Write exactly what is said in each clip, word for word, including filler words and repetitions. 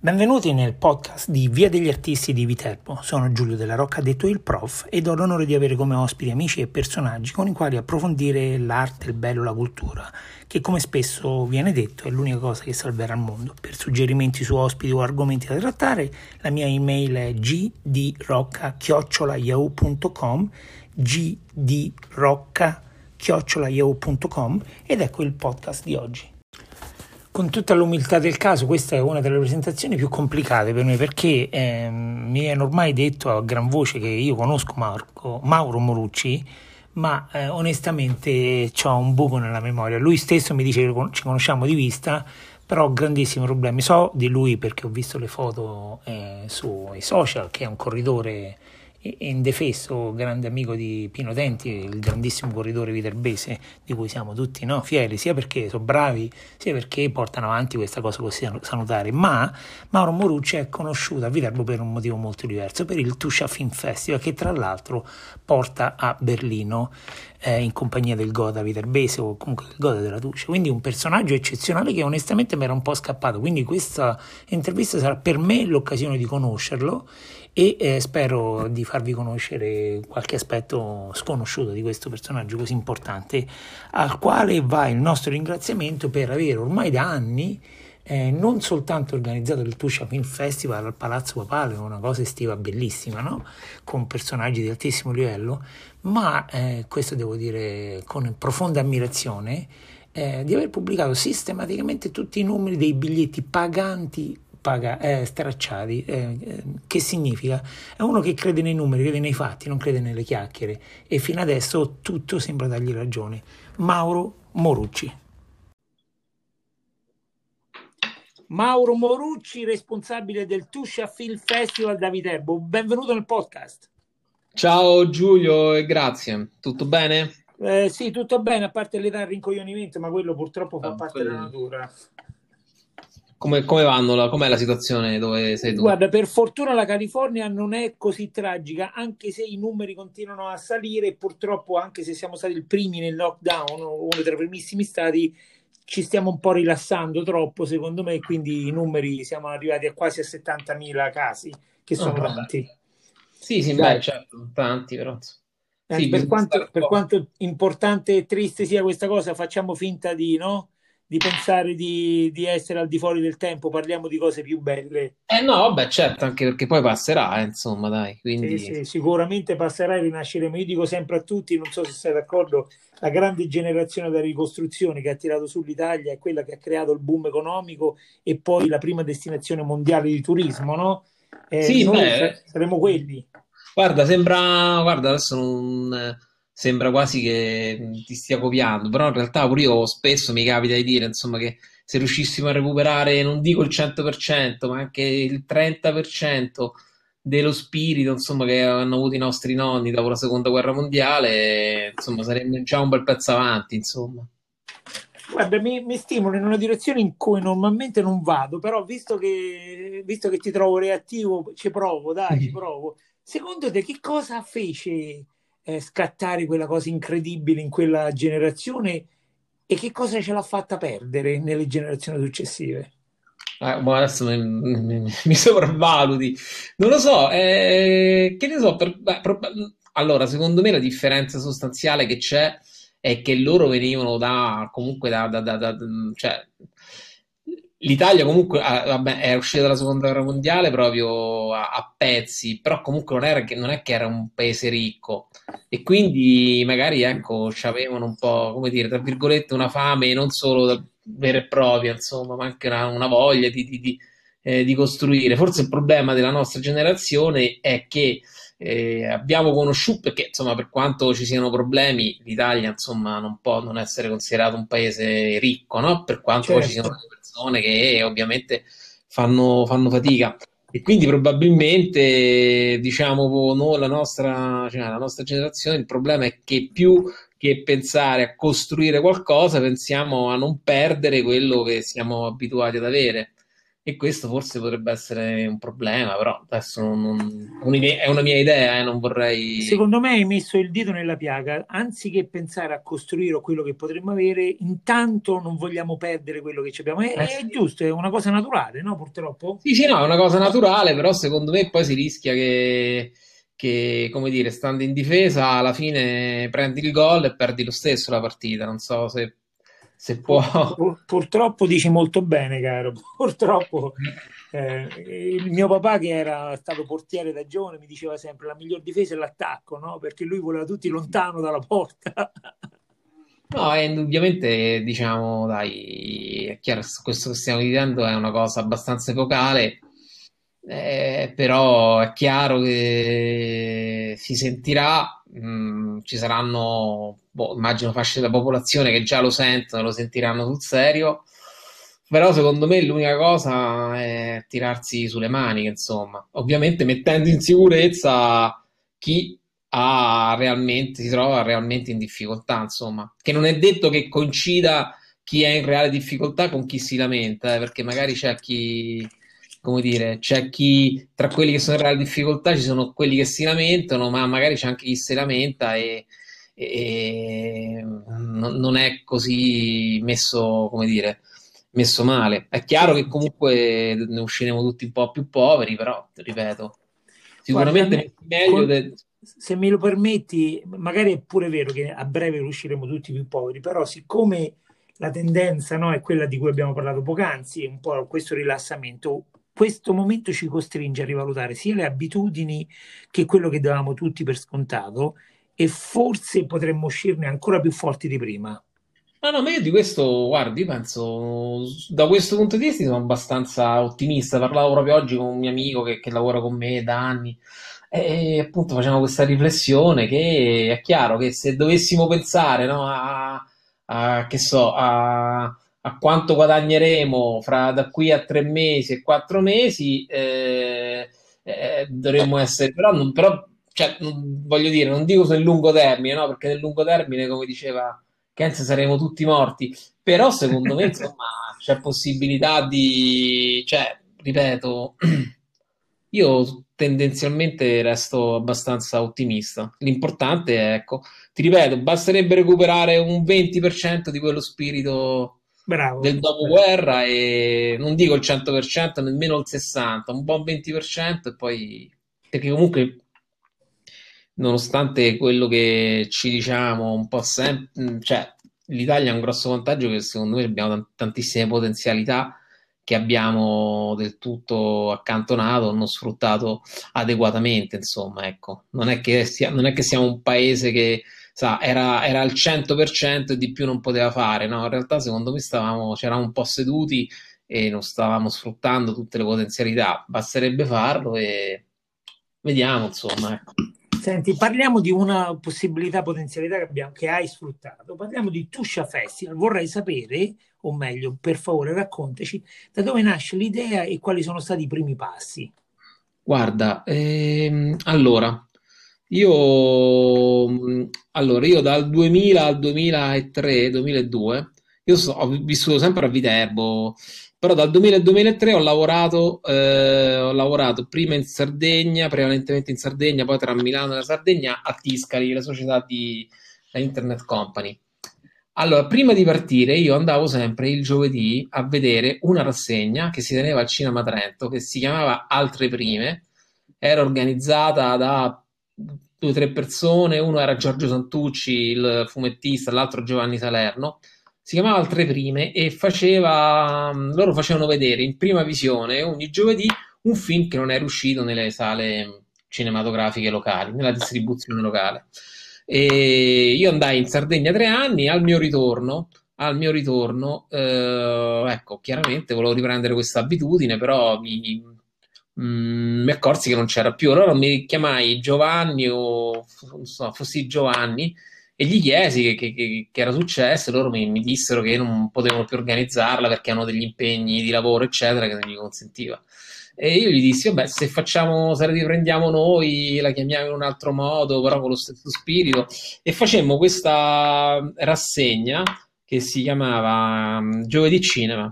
Benvenuti nel podcast di Via degli Artisti di Viterbo. Sono Giulio Della Rocca, detto il prof, ed ho l'onore di avere come ospiti amici e personaggi con i quali approfondire l'arte, il bello, la cultura, che come spesso viene detto è l'unica cosa che salverà il mondo. Per suggerimenti su ospiti o argomenti da trattare, la mia email è gdrocca chiocciola yahoo punto com, gdrocca chiocciola yahoo punto com, ed ecco il podcast di oggi. Con tutta l'umiltà del caso, questa è una delle presentazioni più complicate per me, perché eh, mi hanno ormai detto a gran voce che io conosco Marco, Mauro Morucci, ma eh, onestamente ho un buco nella memoria. Lui stesso mi dice che ci conosciamo di vista, però ho grandissimi problemi. So di lui perché ho visto le foto eh, sui social, che è un corridore indefesso, grande amico di Pino Denti, il grandissimo corridore viterbese di cui siamo tutti no, fieri, sia perché sono bravi, sia perché portano avanti questa cosa così salutare. Ma Mauro Morucci è conosciuto a Viterbo per un motivo molto diverso, per il Tuscia Film Festival, che tra l'altro porta a Berlino eh, in compagnia del Goda viterbese, o comunque del Goda della Tuscia. Quindi un personaggio eccezionale che onestamente mi era un po' scappato, quindi questa intervista sarà per me l'occasione di conoscerlo e eh, spero di farvi conoscere qualche aspetto sconosciuto di questo personaggio così importante, al quale va il nostro ringraziamento per aver ormai da anni eh, non soltanto organizzato il Tuscia Film Festival al Palazzo Papale, una cosa estiva bellissima, no? Con personaggi di altissimo livello, ma eh, questo devo dire con profonda ammirazione, eh, di aver pubblicato sistematicamente tutti i numeri dei biglietti paganti paga, eh, stracciati. Eh, eh, che significa? È uno che crede nei numeri, crede nei fatti, non crede nelle chiacchiere, e fino adesso tutto sembra dargli ragione. Mauro Morucci. Mauro Morucci, responsabile del Tuscia Film Festival da Viterbo. Benvenuto nel podcast. Ciao Giulio e grazie. Tutto bene? Eh, sì, tutto bene, a parte l'età e il rincoglionimento, ma quello purtroppo fa Ah, parte quello- della natura. Come, come vanno? la- Com'è la situazione dove sei tu? Guarda, per fortuna la California non è così tragica, anche se i numeri continuano a salire e purtroppo, anche se siamo stati i primi nel lockdown, uno dei primissimi stati, ci stiamo un po' rilassando troppo, secondo me, quindi i numeri siamo arrivati a quasi a settantamila casi, che Ah, sono vabbè. tanti. Sì, sì, beh, certo, tanti però. insomma. Anzi, Sì, per bisogna stare quanto, un per po'. quanto importante e triste sia questa cosa, facciamo finta di, no? Di pensare di, di essere al di fuori del tempo, parliamo di cose più belle. Eh no, vabbè, certo, anche perché poi passerà, eh, insomma, dai, Sì, quindi... sì, sicuramente passerà e rinasceremo. Io dico sempre a tutti, non so se sei d'accordo, la grande generazione da ricostruzione che ha tirato su l'Italia è quella che ha creato il boom economico e poi la prima destinazione mondiale di turismo, no? Eh, Sì, noi beh, sa- saremo quelli. guarda, sembra, guarda, adesso non, sembra quasi che ti stia copiando, però in realtà pure io spesso mi capita di dire, insomma, che se riuscissimo a recuperare, non dico il cento per cento, ma anche il trenta per cento dello spirito, insomma, che hanno avuto i nostri nonni dopo la seconda guerra mondiale, insomma, saremmo già un bel pezzo avanti, insomma. Guarda, mi, mi stimola in una direzione in cui normalmente non vado, però visto che, visto che ti trovo reattivo, ci provo, dai, ci provo. Secondo te che cosa fece eh, scattare quella cosa incredibile in quella generazione e che cosa ce l'ha fatta perdere nelle generazioni successive? Eh, boh, adesso mi, mi- mi sopravvaluti. Non lo so, eh, che ne so, per- beh, prob- allora, secondo me la differenza sostanziale che c'è è che loro venivano da, comunque da, da- da- da- cioè, l'Italia comunque ah, vabbè, è uscita dalla seconda guerra mondiale proprio a, a pezzi, però comunque non era che, non è che era un paese ricco e quindi magari ecco, avevano un po', come dire, tra virgolette, una fame non solo da- vera e propria, insomma, ma anche una, una voglia di, di- di, eh, di costruire. Forse il problema della nostra generazione è che eh, abbiamo conosciuto, perché insomma, per quanto ci siano problemi, l'Italia insomma non può non essere considerato un paese ricco, no? Per quanto poi ci siano Certo. delle persone che ovviamente fanno, fanno fatica. E quindi probabilmente, diciamo, no, la nostra, cioè, la nostra generazione, il problema è che più che pensare a costruire qualcosa, pensiamo a non perdere quello che siamo abituati ad avere. e questo forse potrebbe essere un problema, però adesso non, non- un'idea- è una mia idea, eh, non vorrei... Secondo me hai messo il dito nella piaga, anziché pensare a costruire quello che potremmo avere, intanto non vogliamo perdere quello che ci abbiamo. È, Eh è sì. giusto, è una cosa naturale, no? Purtroppo. Sì, sì, no, è una cosa naturale, però secondo me poi si rischia che, che, come dire, stando in difesa, alla fine prendi il gol e perdi lo stesso la partita. Non so se, se può. Pur- pur- purtroppo dici molto bene, caro. Purtroppo eh, il mio papà, che era stato portiere da giovane, mi diceva sempre la miglior difesa è l'attacco, no? Perché lui voleva tutti lontano dalla porta. No, è indubbiamente, diciamo, dai, è chiaro, questo che stiamo dicendo è una cosa abbastanza epocale, eh, però è chiaro che si sentirà, mh, ci saranno, boh, immagino, fasce della popolazione che già lo sentono, lo sentiranno sul serio, però secondo me l'unica cosa è tirarsi sulle maniche, insomma, ovviamente mettendo in sicurezza chi ha realmente, si trova realmente in difficoltà, insomma, che non è detto che coincida chi è in reale difficoltà con chi si lamenta, eh, perché magari c'è chi, come dire, c'è chi tra quelli che sono in reale difficoltà ci sono quelli che si lamentano, ma magari c'è anche chi si lamenta e, e non, non è così messo, come dire, messo male. È chiaro che Sì. comunque ne usciremo tutti un po' più poveri, però, ripeto, Guarda, sicuramente ne- messi meglio con- del... se me lo permetti, magari è pure vero che a breve usciremo tutti più poveri, però siccome la tendenza, no, è quella di cui abbiamo parlato poc'anzi, un po' questo rilassamento, questo momento ci costringe a rivalutare sia le abitudini che quello che davamo tutti per scontato e forse potremmo uscirne ancora più forti di prima. No, no, ma io di questo, guardi, io penso, da questo punto di vista sono abbastanza ottimista. Parlavo proprio oggi con un mio amico che, che lavora con me da anni e appunto facciamo questa riflessione che è chiaro che se dovessimo pensare, no, a, a- che so, a, a quanto guadagneremo fra da qui a tre mesi e quattro mesi, eh, eh, dovremmo essere, però, non, però cioè, non- voglio dire, non dico nel lungo termine, no, perché nel lungo termine, come diceva Kenz, saremo tutti morti, però secondo me insomma c'è possibilità di, cioè, ripeto, io tendenzialmente resto abbastanza ottimista. L'importante è, ecco, ti ripeto, basterebbe recuperare un venti per cento di quello spirito Bravo, del bravo. dopoguerra e non dico il cento per cento, nemmeno il sessanta per cento, un buon venti per cento e poi, perché comunque nonostante quello che ci diciamo un po' sempre, cioè l'Italia ha un grosso vantaggio che secondo me abbiamo tant- tantissime potenzialità che abbiamo del tutto accantonato, non sfruttato adeguatamente, insomma, ecco. Non è che, sia- non è che siamo un paese che sa, era, era al cento per cento e di più non poteva fare, no? In realtà secondo me stavamo, c'eravamo un po' seduti e non stavamo sfruttando tutte le potenzialità. Basterebbe farlo e vediamo, insomma, ecco. Senti, parliamo di una possibilità, potenzialità che, abbiamo, che hai sfruttato. Parliamo di Tuscia Festival. Vorrei sapere, o meglio, per favore, raccontaci da dove nasce l'idea e quali sono stati i primi passi. Guarda, ehm, allora, io, mh, allora, io dal duemila al duemilatré, duemiladue, io so- ho vissuto sempre a Viterbo, però dal duemila al duemilatré ho lavorato, eh, ho lavorato prima in Sardegna, prevalentemente in Sardegna, poi tra Milano e la Sardegna, a Tiscali, la società di la Internet Company. Allora, prima di partire, io andavo sempre il giovedì a vedere una rassegna che si teneva al Cinema Trento, che si chiamava Altre Prime. Era organizzata da due o tre persone, uno era Giorgio Santucci, il fumettista, l'altro Giovanni Salerno. Si chiamava Altre Prime e faceva, loro facevano vedere in prima visione ogni giovedì un film che non era uscito nelle sale cinematografiche locali, nella distribuzione locale. E io andai in Sardegna tre anni, al mio ritorno, al mio ritorno, eh, ecco, chiaramente volevo riprendere questa abitudine, però mi, mm, mi accorsi che non c'era più. Allora mi chiamai Giovanni o non so, fossi Giovanni e gli chiesi che, che- che- che era successo. E loro mi, mi dissero che non potevano più organizzarla perché hanno degli impegni di lavoro, eccetera, che non gli consentiva. E io gli dissi, vabbè, se facciamo, se la riprendiamo noi, la chiamiamo in un altro modo, però con lo stesso spirito. E facemmo questa rassegna che si chiamava mm, Giovedì Cinema,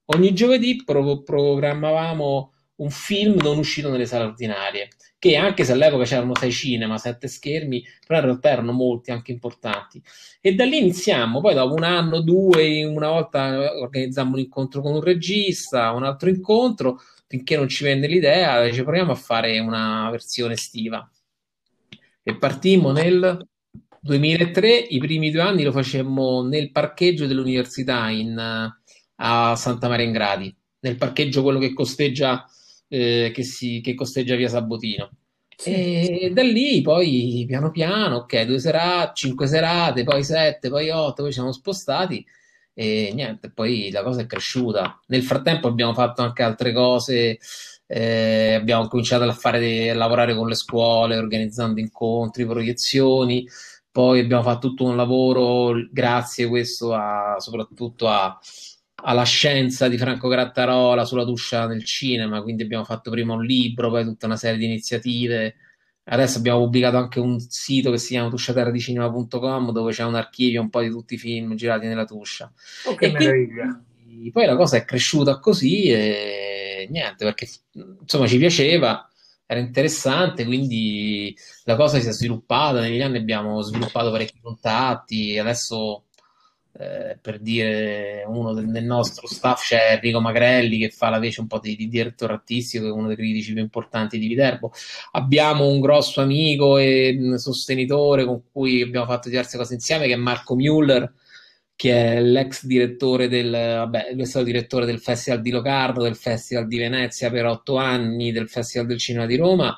ogni giovedì pro- programmavamo un film non uscito nelle sale ordinarie, che anche se all'epoca c'erano sei cinema, sette schermi, però in realtà erano molti, anche importanti. E da lì iniziamo, poi dopo un anno, due, una volta organizzammo un incontro con un regista, un altro incontro, finché non ci venne l'idea, ci proviamo a fare una versione estiva. E partimmo nel duemilatré, i primi due anni lo facemmo nel parcheggio dell'università in, eh, a Santa Maria in Gradi, nel parcheggio quello che costeggia, eh, che si, che costeggia via Sabotino. Sì. E da lì poi piano piano, ok, due serate, cinque serate, poi sette, poi otto, poi ci siamo spostati e niente, poi la cosa è cresciuta. Nel frattempo abbiamo fatto anche altre cose, eh, abbiamo cominciato a fare de- a lavorare con le scuole, organizzando incontri, proiezioni, poi abbiamo fatto tutto un lavoro, grazie questo a, soprattutto a alla scienza di Franco Grattarola sulla Tuscia nel cinema, quindi abbiamo fatto prima un libro, poi tutta una serie di iniziative. Adesso abbiamo pubblicato anche un sito che si chiama tusciaterradicinema punto com dove c'è un archivio un po' di tutti i film girati nella Tuscia. Oh, che E meraviglia. quindi poi la cosa è cresciuta così e niente, perché insomma ci piaceva, era interessante, quindi la cosa si è sviluppata. Negli anni abbiamo sviluppato parecchi contatti, adesso eh, per dire uno del, del nostro staff c'è Enrico Magrelli che fa la vece un po' di, di direttore artistico, che è uno dei critici più importanti di Viterbo. Abbiamo un grosso amico e mh, sostenitore con cui abbiamo fatto diverse cose insieme, che è Marco Müller, che è l'ex direttore del, vabbè, lui è stato direttore del Festival di Locarno, del Festival di Venezia per otto anni, del Festival del Cinema di Roma.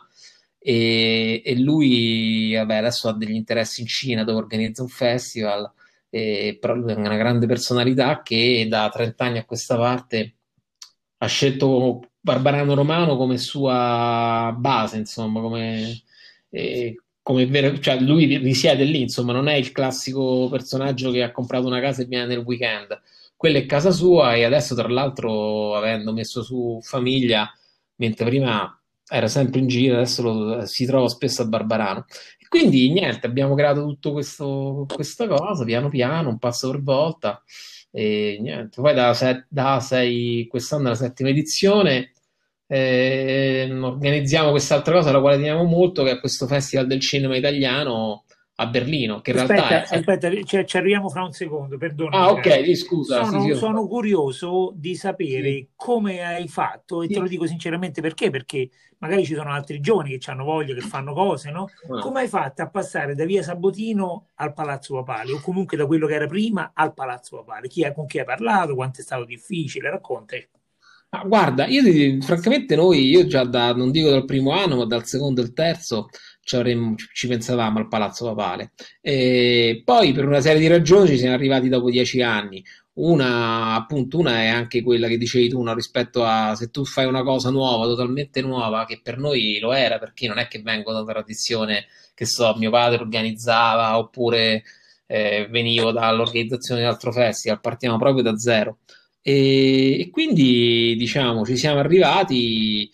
E, e lui, vabbè, adesso ha degli interessi in Cina dove organizza un festival, eh, però lui è una grande personalità che da trenta anni a questa parte ha scelto Barbarano Romano come sua base, insomma, come, eh, come vero, cioè lui risiede lì, insomma, non è il classico personaggio che ha comprato una casa e viene nel weekend. Quella è casa sua e adesso, tra l'altro, avendo messo su famiglia, mentre prima era sempre in giro, adesso lo, si trova spesso a Barbarano. E quindi niente, abbiamo creato tutto questo, questa cosa piano piano, un passo per volta. E niente, poi da, se- da sei, quest'anno è la settima edizione. Eh, organizziamo quest'altra cosa alla quale teniamo molto, che è questo Festival del Cinema Italiano a Berlino, che in realtà Aspetta, è... aspetta, ci, ci arriviamo fra un secondo, Ah, perdonami, ok, caro. sì, scusa, sì, sì, Sono, io- sono curioso di sì, sapere come hai fatto, e te lo sì. dico sinceramente perché, perché magari ci sono altri giovani che hanno voglia, che fanno cose, no? Ah. Come hai fatto a passare da via Sabotino al Palazzo Papale, o comunque da quello che era prima al Palazzo Papale? Chi è- con chi hai parlato? Quanto è stato difficile? Racconta. Ah, guarda, io ti- francamente noi, io già da, non dico dal primo anno, ma dal secondo e il terzo ci, avremmo- ci pensavamo al Palazzo Papale. E poi per una serie di ragioni ci siamo arrivati dopo dieci anni. Una, appunto, una è anche quella che dicevi tu, no? Rispetto a se tu fai una cosa nuova, totalmente nuova, che per noi lo era, perché non è che vengo da una tradizione che so, mio padre organizzava, oppure eh, venivo dall'organizzazione di altro festival, partiamo proprio da zero. E, e quindi diciamo ci siamo arrivati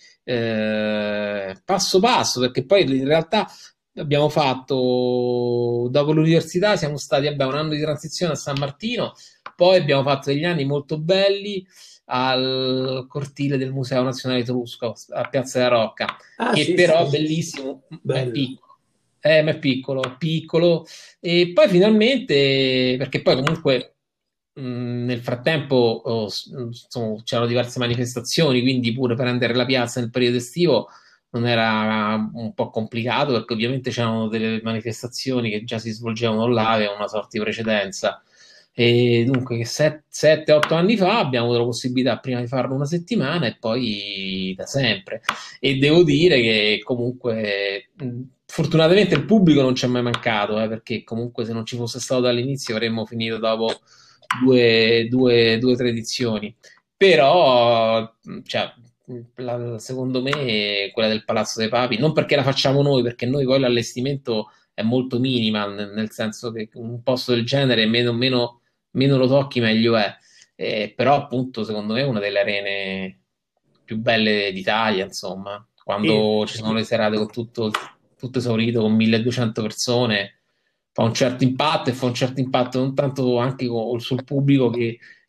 eh, passo passo, perché poi in realtà abbiamo fatto dopo l'università, siamo stati vabbè, un anno di transizione a San Martino, poi abbiamo fatto degli anni molto belli al cortile del Museo Nazionale Etrusco a Piazza della Rocca, Ah, che sì, però sì, è bellissimo, ma è bello. piccolo. Eh, ma è piccolo, è piccolo. E poi finalmente, perché poi comunque mh, nel frattempo oh, s- insomma, c'erano diverse manifestazioni, quindi pure prendere la piazza nel periodo estivo non era un po' complicato, perché ovviamente c'erano delle manifestazioni che già si svolgevano là, avevano una sorta di precedenza. E dunque, sette otto anni fa abbiamo avuto la possibilità prima di farlo una settimana e poi da sempre. E devo dire che comunque, mh, fortunatamente il pubblico non ci è mai mancato, eh, perché comunque se non ci fosse stato dall'inizio avremmo finito dopo due, due, due tre edizioni. Però, mh, cioè, mh, la- secondo me, quella del Palazzo dei Papi, non perché la facciamo noi, perché noi poi l'allestimento è molto minimal, nel, nel senso che un posto del genere, meno, meno, meno lo tocchi, meglio è. Eh, però, appunto, secondo me è una delle arene più belle d'Italia, insomma. Sì. Quando ci sono le serate con tutto, tutto esaurito, con milleduecento persone, fa un certo impatto e fa un certo impatto non tanto anche co- sul pubblico che,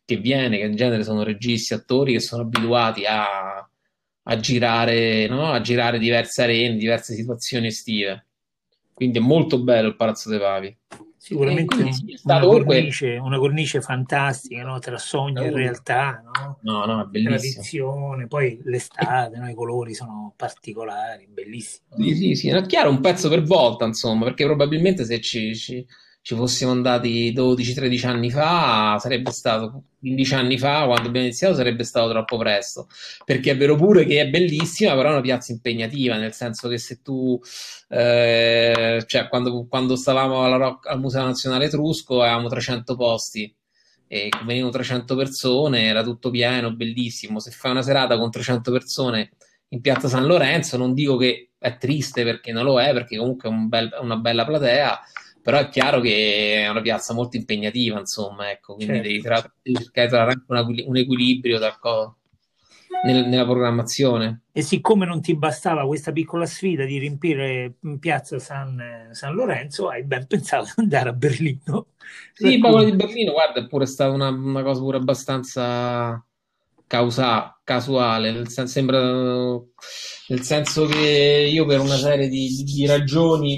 che viene, che in genere sono registi, attori che sono abituati a, a girare, no? A girare diverse arene, diverse situazioni estive. Quindi è molto bello il Palazzo dei Papi. E Sicuramente quindi un- sì, è una stato comunque... cornice, una cornice fantastica, no? Tra sogno e realtà, no? No, no, è bellissimo. Tradizione, poi l'estate, no? I colori sono particolari, bellissimo, Sì, no? sì, sì, è chiaro, un pezzo per volta, insomma, perché probabilmente se ci, ci- ci fossimo andati dodici tredici anni fa, sarebbe stato quindici anni fa, quando abbiamo iniziato, sarebbe stato troppo presto, perché è vero pure che è bellissima, però è una piazza impegnativa, nel senso che se tu, eh, cioè, quando, quando stavamo alla Rock- al Museo Nazionale Etrusco, avevamo trecento posti, e venivano trecento persone, era tutto pieno, bellissimo. Se fai una serata con trecento persone in Piazza San Lorenzo, non dico che è triste perché non lo è, perché comunque è un bel- una bella platea, però è chiaro che è una piazza molto impegnativa, insomma, ecco, quindi devi, Certo. tra- devi cercare di trovare anche una- un equilibrio tra co- nel- nella programmazione. E siccome non ti bastava questa piccola sfida di riempire in piazza San, San Lorenzo, hai ben pensato di andare a Berlino. Per Sì, ma quello cui, di Berlino, guarda, è pure stata una, una cosa pure abbastanza causa, casuale, nel sen- sembra, nel senso che io per una serie di, di ragioni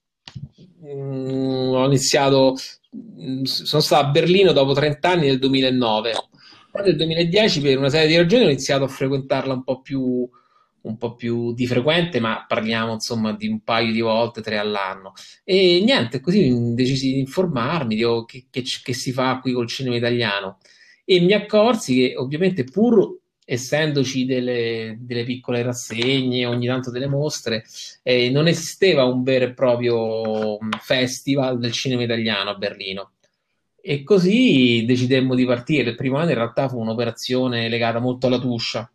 mm, ho iniziato, mm, sono stato a Berlino dopo trenta anni nel duemilanove. Poi nel duemiladieci per una serie di ragioni ho iniziato a frequentarla un po' più, un po' più di frequente, ma parliamo insomma di un paio di volte, tre all'anno. E niente, così decisi di informarmi di oh, che, che- che si fa qui col cinema italiano. E mi accorsi che ovviamente pur essendoci delle, delle piccole rassegne, ogni tanto delle mostre, eh, non esisteva un vero e proprio mm, festival del cinema italiano a Berlino. E così decidemmo di partire. Il primo anno in realtà fu un'operazione legata molto alla Tuscia.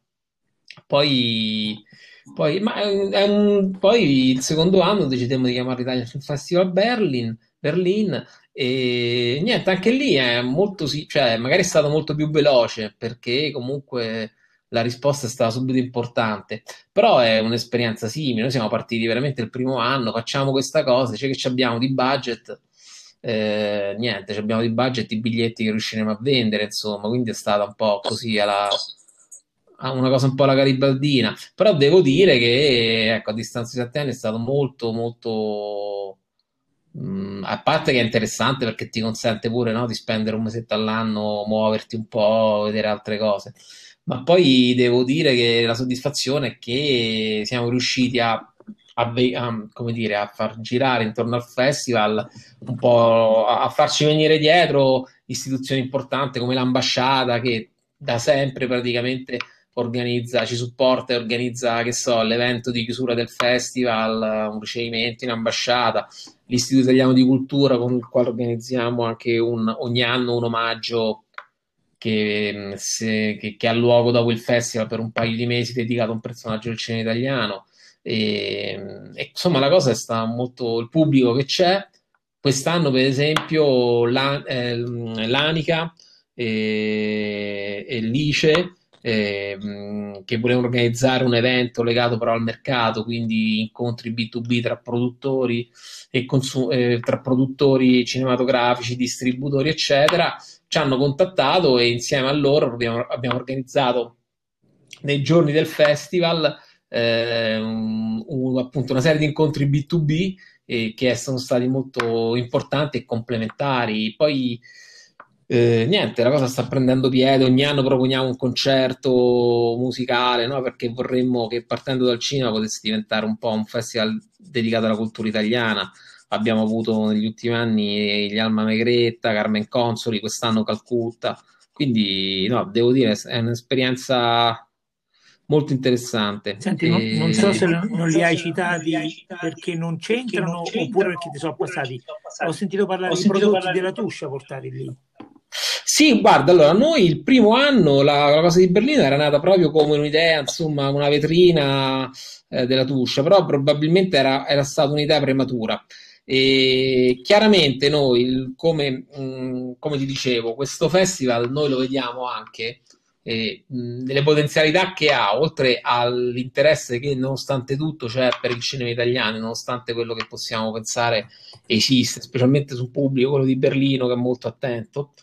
Poi, poi, ma è un- è un- poi il secondo anno decidemmo di chiamarlo Italia Film Festival Berlin, Berlin e niente, anche lì è molto, sì, cioè magari è stato molto più veloce perché comunque la risposta è stata subito importante, però è un'esperienza simile. Noi siamo partiti veramente il primo anno, facciamo questa cosa, c'è che ci abbiamo di budget, eh, niente, ci abbiamo di budget, i biglietti che riusciremo a vendere, insomma, quindi è stata un po' così alla, a una cosa un po' alla garibaldina, però devo dire che ecco, a distanza di sette anni è stato molto, molto, mh, a parte che è interessante perché ti consente pure, no, di spendere un mesetto all'anno, muoverti un po', vedere altre cose. Ma poi devo dire che la soddisfazione è che siamo riusciti a, a ve- a, come dire, a far girare intorno al festival un po', a, a farci venire dietro istituzioni importanti come l'ambasciata che da sempre praticamente organizza, ci supporta e organizza, che so, l'evento di chiusura del festival, un ricevimento in ambasciata, l'Istituto Italiano di Cultura con il quale organizziamo anche un, ogni anno un omaggio che, se, che, che ha luogo dopo il festival per un paio di mesi dedicato a un personaggio del cinema italiano. E, e, insomma, la cosa è stata molto il pubblico che c'è. Quest'anno, per esempio, la, eh, l'Anica e, e l'Ice eh, che volevano organizzare un evento legato però al mercato, quindi incontri B due B tra produttori e consu- eh, tra produttori cinematografici, distributori, eccetera, ci hanno contattato e insieme a loro abbiamo, abbiamo organizzato nei giorni del festival eh, un, un, appunto una serie di incontri B due B eh, che sono stati molto importanti e complementari. Poi eh, niente, la cosa sta prendendo piede, ogni anno proponiamo un concerto musicale, no? Perché vorremmo che partendo dal cinema potesse diventare un po' un festival dedicato alla cultura italiana. Abbiamo avuto negli ultimi anni gli Alma Megretta, Carmen Consoli, quest'anno Calcutta, quindi no, devo dire è un'esperienza molto interessante. senti, non, non so E... se non li hai citati perché non c'entrano oppure perché ti sono passati. Ho sentito parlare di prodotti della Tuscia portati lì. Sì, guarda, allora, noi il primo anno la, la cosa di Berlino era nata proprio come un'idea, insomma, una vetrina eh, della Tuscia, però probabilmente era, era stata un'idea prematura. E chiaramente noi, il- come, mh, come ti dicevo, questo festival noi lo vediamo anche eh, mh, nelle potenzialità che ha, oltre all'interesse che nonostante tutto c'è per il cinema italiano, nonostante quello che possiamo pensare esiste, specialmente sul pubblico, quello di Berlino che è molto attento.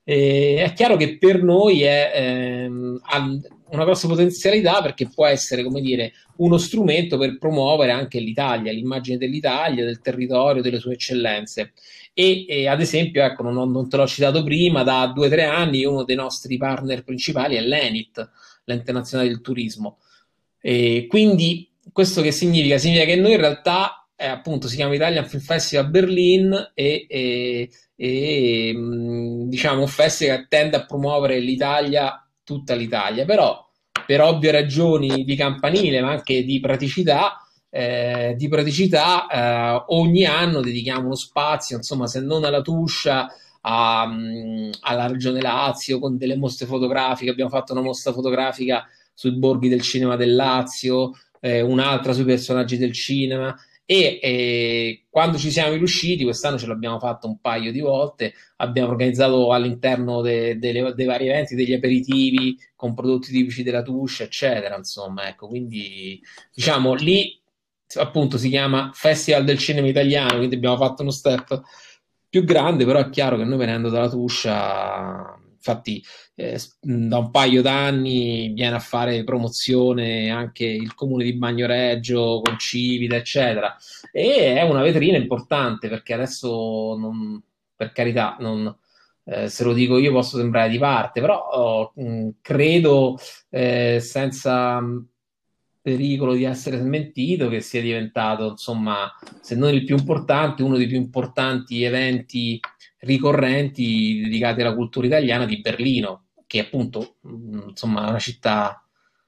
E è chiaro che per noi è, ehm, ha una grossa potenzialità perché può essere, come dire, uno strumento per promuovere anche l'Italia, l'immagine dell'Italia, del territorio, delle sue eccellenze. E, e ad esempio, ecco, non, non te l'ho citato prima, da due o tre anni uno dei nostri partner principali è l'Enit, l'Ente Nazionale del Turismo. E quindi questo che significa? Significa che noi in realtà, eh, appunto, si chiama Italian Film Festival Berlin e, e e mh, diciamo un festival che tende a promuovere l'Italia, tutta l'Italia, però per ovvie ragioni di campanile, ma anche di praticità, eh, di praticità eh, ogni anno dedichiamo uno spazio, insomma, se non alla Tuscia, a, mh, alla Regione Lazio, con delle mostre fotografiche. Abbiamo fatto una mostra fotografica sui borghi del cinema del Lazio, eh, un'altra sui personaggi del cinema. E, e quando ci siamo riusciti, quest'anno ce l'abbiamo fatto un paio di volte, abbiamo organizzato all'interno de, de, dei vari eventi degli aperitivi con prodotti tipici della Tuscia, eccetera. Insomma, ecco, quindi diciamo lì appunto si chiama Festival del Cinema Italiano, quindi abbiamo fatto uno step più grande, però è chiaro che noi venendo dalla Tuscia, infatti eh, da un paio d'anni viene a fare promozione anche il comune di Bagnoregio con Civita, eccetera, e è una vetrina importante perché adesso, non, per carità, non, eh, se lo dico io posso sembrare di parte, però oh, mh, credo eh, senza pericolo di essere smentito che sia diventato, insomma, se non il più importante, uno dei più importanti eventi ricorrenti dedicati alla cultura italiana di Berlino, che appunto, mh, insomma, è una città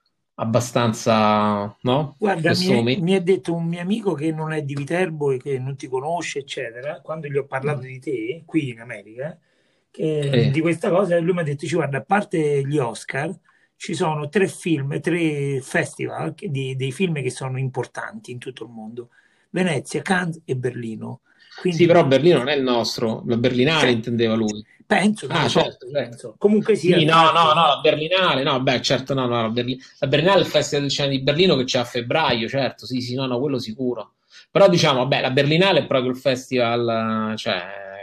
abbastanza, no? In Guarda, mi questo è, momento. mi è detto un mio amico che non è di Viterbo e che non ti conosce, eccetera, quando gli ho parlato di te qui in America, che, Sì. di questa cosa, lui mi ha detto, "Ci guarda, a parte gli Oscar, ci sono tre film, tre festival che- di- dei film che sono importanti in tutto il mondo, Venezia, Cannes e Berlino. Sì, Quindi però Berlino non è il nostro, la Berlinale cioè, intendeva lui. penso, non lo Ah, so, certo, non certo. so. Comunque sia, Sì, il no, no, fatto, no, la Berlinale, no, beh, certo, no, no, la, Berli- la Berlinale è il Festival del Cinema di Berlino che c'è a febbraio, certo, sì, sì, no, no, quello sicuro. Però diciamo, beh, la Berlinale è proprio il festival, eh, cioè,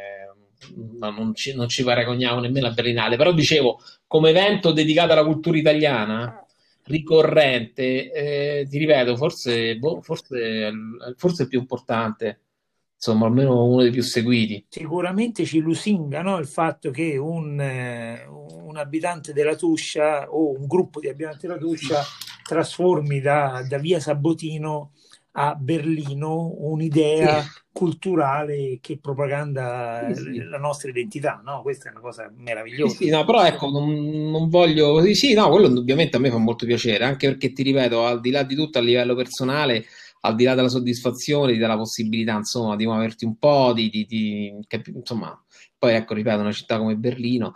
no, non ci, non ci paragoniamo nemmeno a Berlinale, però dicevo, come evento dedicato alla cultura italiana, ricorrente, eh, ti ripeto, forse, boh, forse, forse è il più importante, insomma, almeno uno dei più seguiti. sicuramente ci lusinga, no, il fatto che un, eh, un abitante della Tuscia o un gruppo di abitanti della Tuscia trasformi da, da via Sabotino a Berlino Sì, un'idea culturale che propaganda sì, sì. la nostra identità, no? Questa è una cosa Sì, sì, meravigliosa. no, però ecco, non, non voglio così. Sì, no, quello ovviamente a me fa molto piacere, anche perché ti ripeto, al di là di tutto, a livello personale, al di là della soddisfazione, ti dà la possibilità, insomma, di muoverti un po', di, di- di- capi- insomma, poi ecco, ripeto, una città come Berlino,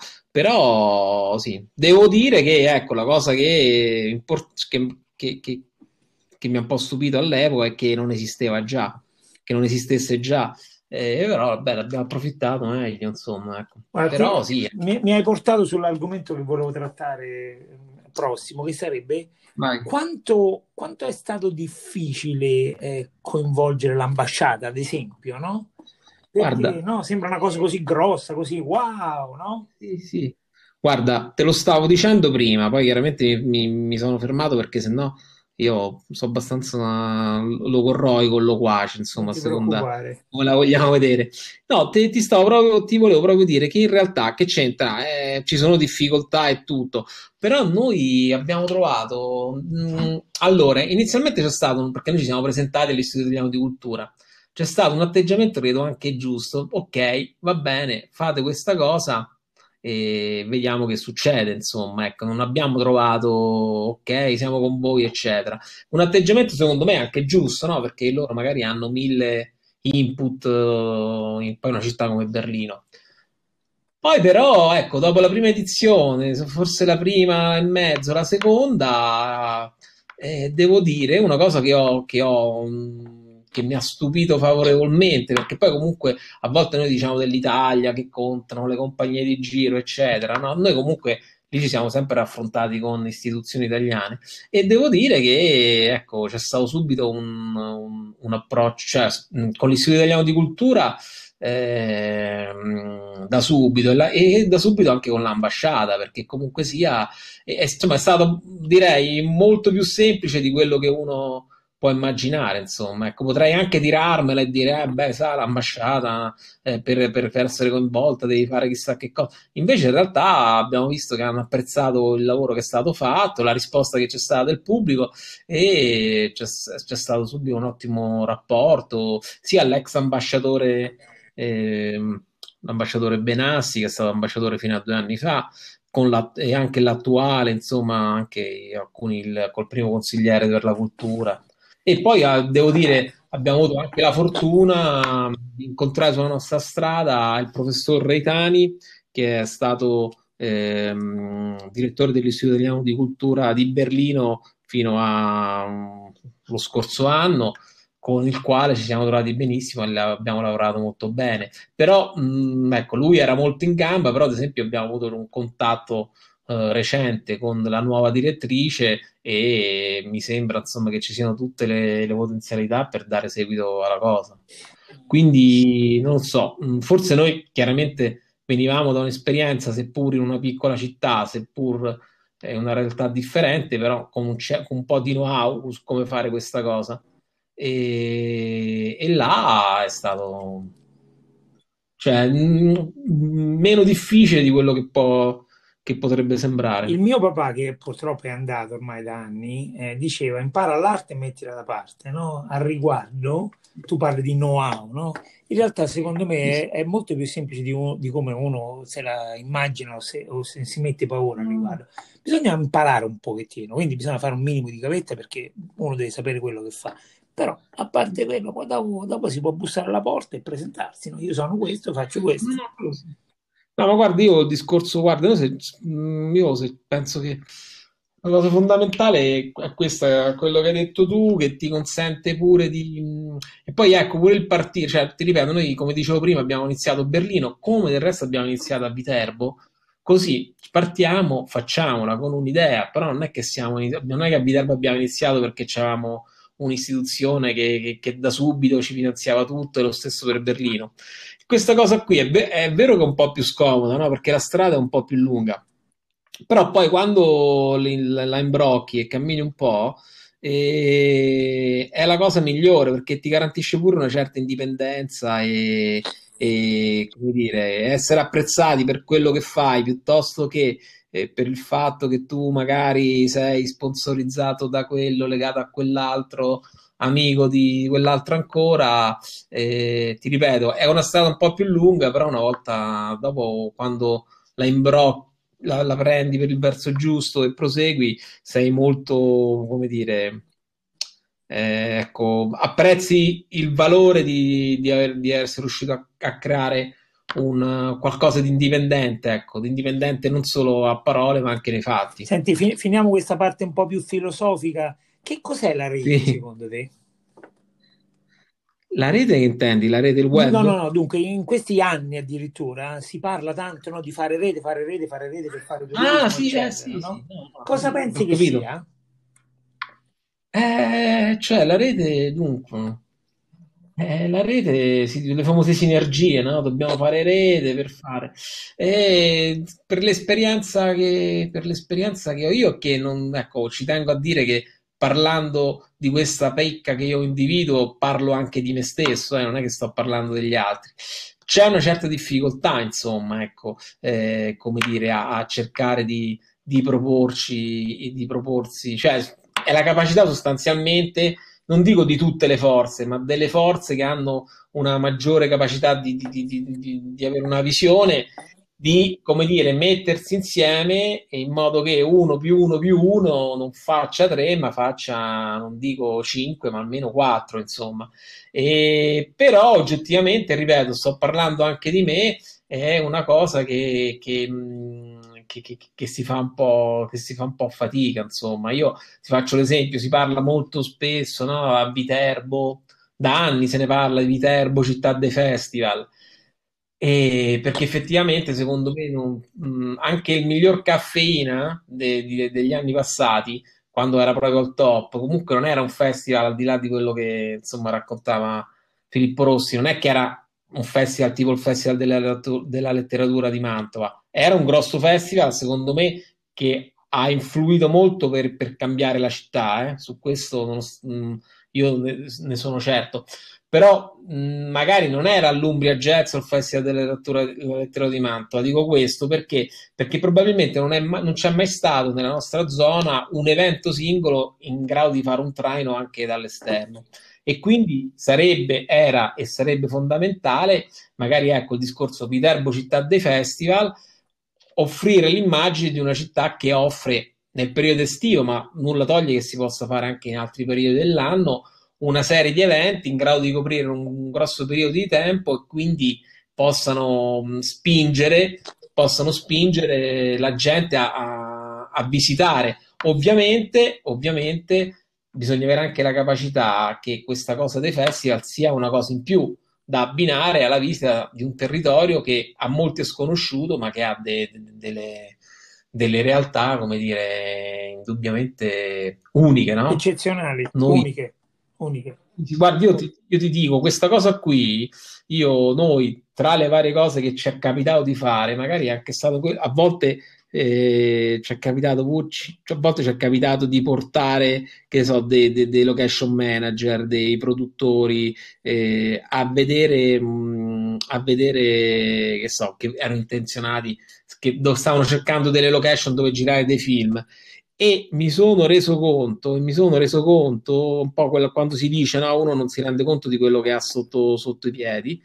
però sì, devo dire che ecco, la cosa che, import- che, che- che- che mi ha un po' stupito all'epoca è che non esisteva già, che non esistesse già. Eh, però vabbè, l'abbiamo approfittato meglio, insomma, ecco. Guarda, Però ti- sì, mi, mi hai portato sull'argomento che volevo trattare eh, prossimo, che sarebbe vai. quanto, quanto è stato difficile eh, coinvolgere l'ambasciata, ad esempio, no? Perché Guarda, no, sembra una cosa così grossa, così wow, no? sì, sì. Guarda, te lo stavo dicendo prima, poi chiaramente mi, mi sono fermato perché sennò io sono abbastanza logorroico, loquace, Non insomma, a ti seconda preoccupare. come la vogliamo vedere. No, te- ti stavo proprio, ti volevo proprio dire che in realtà che c'entra? Eh, ci sono difficoltà e tutto, però noi abbiamo trovato, mh, allora, inizialmente c'è stato, un- perché noi ci siamo presentati all'Istituto Italiano di Cultura, c'è stato un atteggiamento, credo anche giusto, ok, va bene, fate questa cosa e vediamo che succede, insomma, ecco, non abbiamo trovato, ok, siamo con voi, eccetera. Un atteggiamento secondo me anche giusto, no? Perché loro magari hanno mille input eh, in poi una città come Berlino. Poi però, ecco, dopo la prima edizione, forse la prima e mezzo, la seconda, eh, devo dire una cosa che ho, che ho, mh, che mi ha stupito favorevolmente, perché poi comunque a volte noi diciamo dell'Italia che contano le compagnie di giro, eccetera, no? Noi comunque lì ci siamo sempre raffrontati con istituzioni italiane e devo dire che, ecco, c'è stato subito un, un, un approccio, cioè, mh, con l'Istituto Italiano di Cultura ehm, da subito e, la- e da subito anche con l'ambasciata, perché comunque sia, è, è- insomma, è stato, direi, molto più semplice di quello che uno può immaginare, insomma. Ecco, potrei anche tirarmela e dire, eh, beh, sa, l'ambasciata, eh, per, per- per essere coinvolta devi fare chissà che cosa. Invece in realtà abbiamo visto che hanno apprezzato il lavoro che è stato fatto, la risposta che c'è stata del pubblico e c'è, c'è stato subito un ottimo rapporto sia all'ex ambasciatore, ehm, l'ambasciatore Benassi, che è stato ambasciatore fino a due anni fa, con la- e anche l'attuale, insomma, anche alcuni il- col primo consigliere per la cultura. E poi eh, devo dire, abbiamo avuto anche la fortuna di incontrare sulla nostra strada il professor Reitani, che è stato ehm, direttore dell'Istituto Italiano di Cultura di Berlino fino allo scorso anno, con il quale ci siamo trovati benissimo e la- abbiamo lavorato molto bene. Però, mh, ecco, lui era molto in gamba, però ad esempio abbiamo avuto un contatto eh, recente con la nuova direttrice e mi sembra insomma che ci siano tutte le, le potenzialità per dare seguito alla cosa. Quindi non so, mh, forse noi chiaramente venivamo da un'esperienza, seppur in una piccola città, seppur è una realtà differente, però con un, ce- con un po' di know-how su come fare questa cosa. E, e là è stato, cioè, mh, meno difficile di quello che, può, che potrebbe Il sembrare. mio papà, che purtroppo è andato ormai da anni, eh, diceva impara l'arte e mettila da parte, no? Al riguardo, tu parli di know-how, no? In realtà, secondo Sì, me, sì. è, è molto più semplice di, un- di come uno se la immagina o, se, o se si mette paura al riguardo. Bisogna imparare un pochettino, quindi bisogna fare un minimo di gavetta perché uno deve sapere quello che fa. Però, a parte quello, poi dopo, dopo si può bussare alla porta e presentarsi, no? Io sono questo, faccio No, questo. no, quello sì. No, ma guarda, io il discorso, guarda, io, se, mm, io se penso che la cosa fondamentale è questa, è quello che hai detto tu, che ti consente pure di... mm, E poi ecco, pure il partire, cioè, ti ripeto, noi come dicevo prima abbiamo iniziato a Berlino, come del resto abbiamo iniziato a Viterbo, così partiamo, facciamola con un'idea, però non è che siamo, non è che a Viterbo abbiamo iniziato perché c'avevamo un'istituzione che, che- che da subito ci finanziava tutto, e lo stesso per Berlino. Questa cosa qui è, ve- è vero che è un po' più scomoda, no? Perché la strada è un po' più lunga, però poi quando li- la imbrocchi e cammini un po', eh, è la cosa migliore perché ti garantisce pure una certa indipendenza e, e, come dire, essere apprezzati per quello che fai piuttosto che eh, per il fatto che tu magari sei sponsorizzato da quello, legato a quell'altro, amico di quell'altro ancora. Eh, ti ripeto, è una strada un po' più lunga, però una volta dopo, quando la imbrocchi, la, la prendi per il verso giusto e prosegui, sei molto, come dire, eh, ecco, apprezzi il valore di, di, aver- di essere riuscito a, a creare un qualcosa di indipendente, ecco, di indipendente non solo a parole, ma anche nei fatti. Senti, fi- finiamo questa parte un po' più filosofica. Che cos'è la rete, Sì. secondo te? La rete che intendi? La rete, il No, no, web? no, dunque in questi anni addirittura si parla tanto, no, di fare rete, fare rete, fare rete per fare Ah, turismo, sì, eh, eccetera, sì, sì, no? no, no, Cosa ho pensi che capito. sia? Eh, cioè, la rete, dunque, eh, la rete, sì, le famose sinergie, no? Dobbiamo fare rete per fare. E per l'esperienza che, per l'esperienza che ho io, che non, ecco, ci tengo a dire che parlando di questa pecca che io individuo, parlo anche di me stesso, eh, non è che sto parlando degli altri. C'è una certa difficoltà, insomma, ecco, eh, come dire, a, a cercare di, di proporci, di proporsi, cioè è la capacità sostanzialmente, non dico di tutte le forze, ma delle forze che hanno una maggiore capacità di, di, di, di, di, di avere una visione, di, come dire, mettersi insieme in modo che uno più uno più uno non faccia tre, ma faccia, non dico cinque, ma almeno quattro, insomma. E, però oggettivamente, ripeto, sto parlando anche di me, è una cosa che, che, mh, che, che, che si fa un po', che si fa un po' fatica, insomma. Io ti faccio l'esempio, si parla molto spesso, no, a Viterbo, da anni se ne parla di Viterbo, città dei festival. E perché effettivamente, secondo me, non- mh, anche il miglior caffeina de- di- degli anni passati, quando era proprio al top, comunque non era un festival al di là di quello che insomma raccontava Filippo Rossi, non è che era un festival tipo il Festival della, della Letteratura di Mantova. Era un grosso festival, secondo me, che ha influito molto per, per cambiare la città, eh. Su questo non, mh, io ne, ne sono certo. Però mh, magari non era l'Umbria Jazz o il Festival della Letteratura, della Letteratura di Mantova. Dico questo perché, perché probabilmente non, è ma- non c'è mai stato nella nostra zona un evento singolo in grado di fare un traino anche dall'esterno. E quindi sarebbe, era e sarebbe fondamentale, magari ecco il discorso Viterbo città dei festival, offrire l'immagine di una città che offre nel periodo estivo, ma nulla toglie che si possa fare anche in altri periodi dell'anno, una serie di eventi in grado di coprire un grosso periodo di tempo e quindi possano mh, spingere, possano spingere la gente a, a, a visitare. Ovviamente, ovviamente bisogna avere anche la capacità che questa cosa dei festival sia una cosa in più da abbinare alla visita di un territorio che a molti è sconosciuto, ma che ha de- de- delle, delle realtà, come dire, indubbiamente uniche, no? Eccezionali, Noi, uniche, uniche. guardi, io ti, io ti dico, questa cosa qui, io, noi, tra le varie cose che ci è capitato di fare, magari è anche stato, que- a volte eh, ci è capitato, pur- ci- a volte ci è capitato di portare, che ne so, dei, dei- dei location manager, dei produttori, eh, a vedere, mh, a vedere, che so, che erano intenzionati, che do- stavano cercando delle location dove girare dei film. E mi sono reso conto, e mi sono reso conto un po' quello, quando si dice no, uno non si rende conto di quello che ha sotto, sotto i piedi.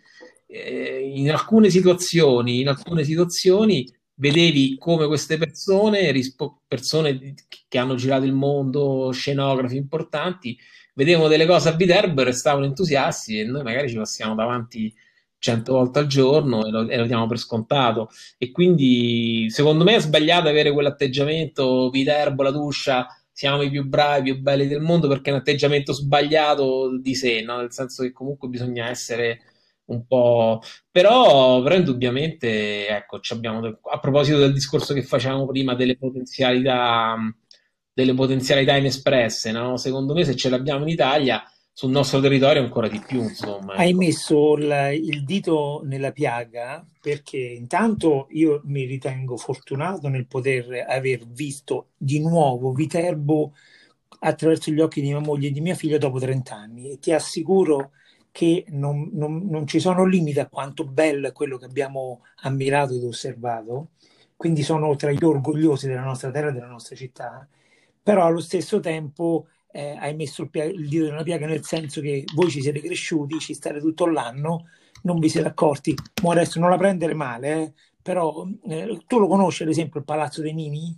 Eh, in alcune situazioni, in alcune situazioni vedevi come queste persone, rispo- persone di- che hanno girato il mondo, scenografi importanti, vedevano delle cose a Viterbo e restavano entusiasti e noi magari ci passiamo davanti cento volte al giorno e lo, e lo diamo per scontato. E quindi secondo me è sbagliato avere quell'atteggiamento Viterbo, la Tuscia, siamo i più bravi, i più belli del mondo, perché è un atteggiamento sbagliato di sé, no? Nel senso che comunque bisogna essere un po'. Però, però indubbiamente, ecco, ci abbiamo, a proposito del discorso che facevamo prima delle potenzialità, delle potenzialità inespresse, no? Secondo me se ce l'abbiamo in Italia, sul nostro territorio ancora di più, insomma, Hai ecco. messo il, il dito nella piaga perché intanto io mi ritengo fortunato nel poter aver visto di nuovo Viterbo attraverso gli occhi di mia moglie e di mia figlia dopo trenta anni e ti assicuro che non, non- non ci sono limiti a quanto bello è quello che abbiamo ammirato ed osservato, quindi sono tra gli orgogliosi della nostra terra e della nostra città, però allo stesso tempo eh, hai messo il, pia- il dito nella piaga nel senso che voi ci siete cresciuti, ci state tutto l'anno, non vi siete accorti. Ma adesso non la prendere male, eh, però eh, tu lo conosci ad esempio il Palazzo dei Nini?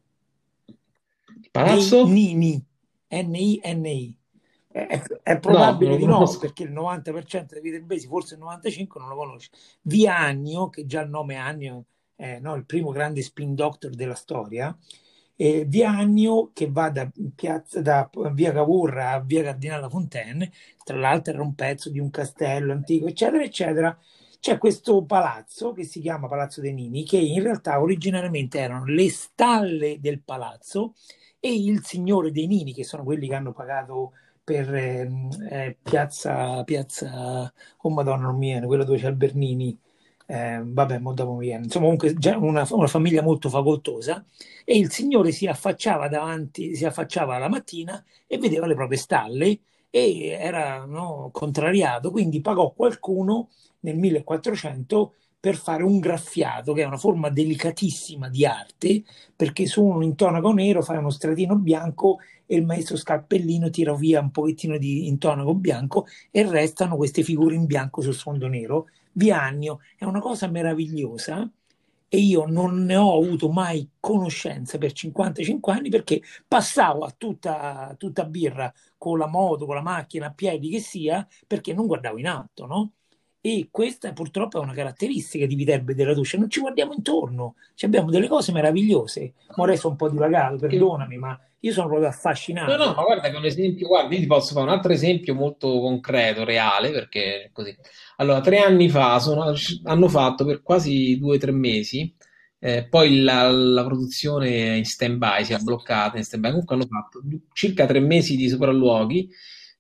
Dei Palazzo? Nini, N I N I. È, è- è No, non probabile lo di no, conosco. perché il novanta per cento dei viterbesi, forse il novantacinque per cento non lo conosce. Via Annio, che già il nome Annio è no, il primo grande spin doctor della storia, eh, via Annio che va da, piazza, da via Cavour a via Cardinale Fontaine, tra l'altro era un pezzo di un castello antico, eccetera, eccetera. C'è questo palazzo che si chiama Palazzo dei Nini, che in realtà originariamente erano le stalle del palazzo e il signore dei Nini, che sono quelli che hanno pagato per ehm, eh, piazza, piazza, oh Madonna, non mi viene, quello dove c'è il Bernini, eh, vabbè, mo dopo mi viene. Insomma, comunque già una, una famiglia molto facoltosa e il signore si affacciava davanti, si affacciava la mattina e vedeva le proprie stalle e era no, contrariato, quindi pagò qualcuno nel millequattrocento per fare un graffiato, che è una forma delicatissima di arte, perché su un intonaco nero fai uno stratino bianco e il maestro Scalpellino tira via un pochettino di intonaco bianco e restano queste figure in bianco sul sfondo nero. Viannio è una cosa meravigliosa e io non ne ho avuto mai conoscenza per cinquantacinque anni perché passavo a tutta, tutta birra con la moto, con la macchina, a piedi che sia, perché non guardavo in alto, no? E questa purtroppo è una caratteristica di Viterbo e della Tuscia, non ci guardiamo intorno, ci abbiamo delle cose meravigliose. Ora sono un po' divagato, perdonami, ma io sono proprio No, no, affascinato. ma guarda che un esempio, guarda, io ti posso fare un altro esempio molto concreto, reale, perché è così. Allora, tre anni fa sono- hanno fatto per quasi due o tre mesi, eh, poi la, la produzione è in stand-by, si è bloccata in stand-by, comunque hanno fatto circa tre mesi di sopralluoghi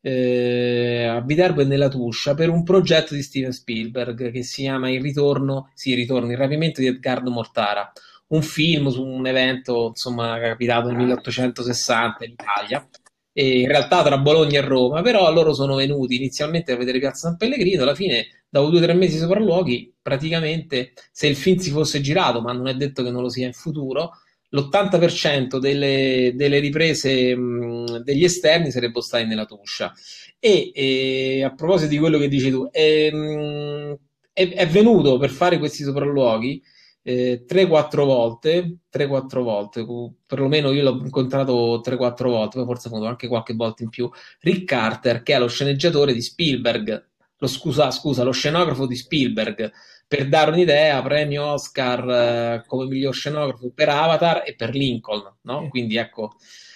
eh, a Viterbo e nella Tuscia per un progetto di Steven Spielberg che si chiama Il ritorno, sì, il ritorno, il rapimento di Edgardo Mortara, un film su un evento, insomma, capitato nel milleottocentosessanta in Italia. E in realtà tra Bologna e Roma, però loro sono venuti inizialmente a vedere Piazza San Pellegrino, alla fine, dopo due o tre mesi di sopralluoghi, praticamente se il film si fosse girato, ma non è detto che non lo sia in futuro, l'ottanta per cento delle, delle riprese mh, degli esterni sarebbero stati nella Tuscia. E, e a proposito di quello che dici tu, è, mh, è, è venuto per fare questi sopralluoghi eh, tre quattro volte, tre quattro volte, cu- perlomeno io l'ho incontrato tre quattro volte, poi forse ho avuto anche qualche volta in più, Rick Carter, che è lo sceneggiatore di Spielberg, lo scusa, scusa, lo scenografo di Spielberg, per dare un'idea, premio Oscar eh, come miglior scenografo per Avatar e per Lincoln, no? Sì. Quindi ecco.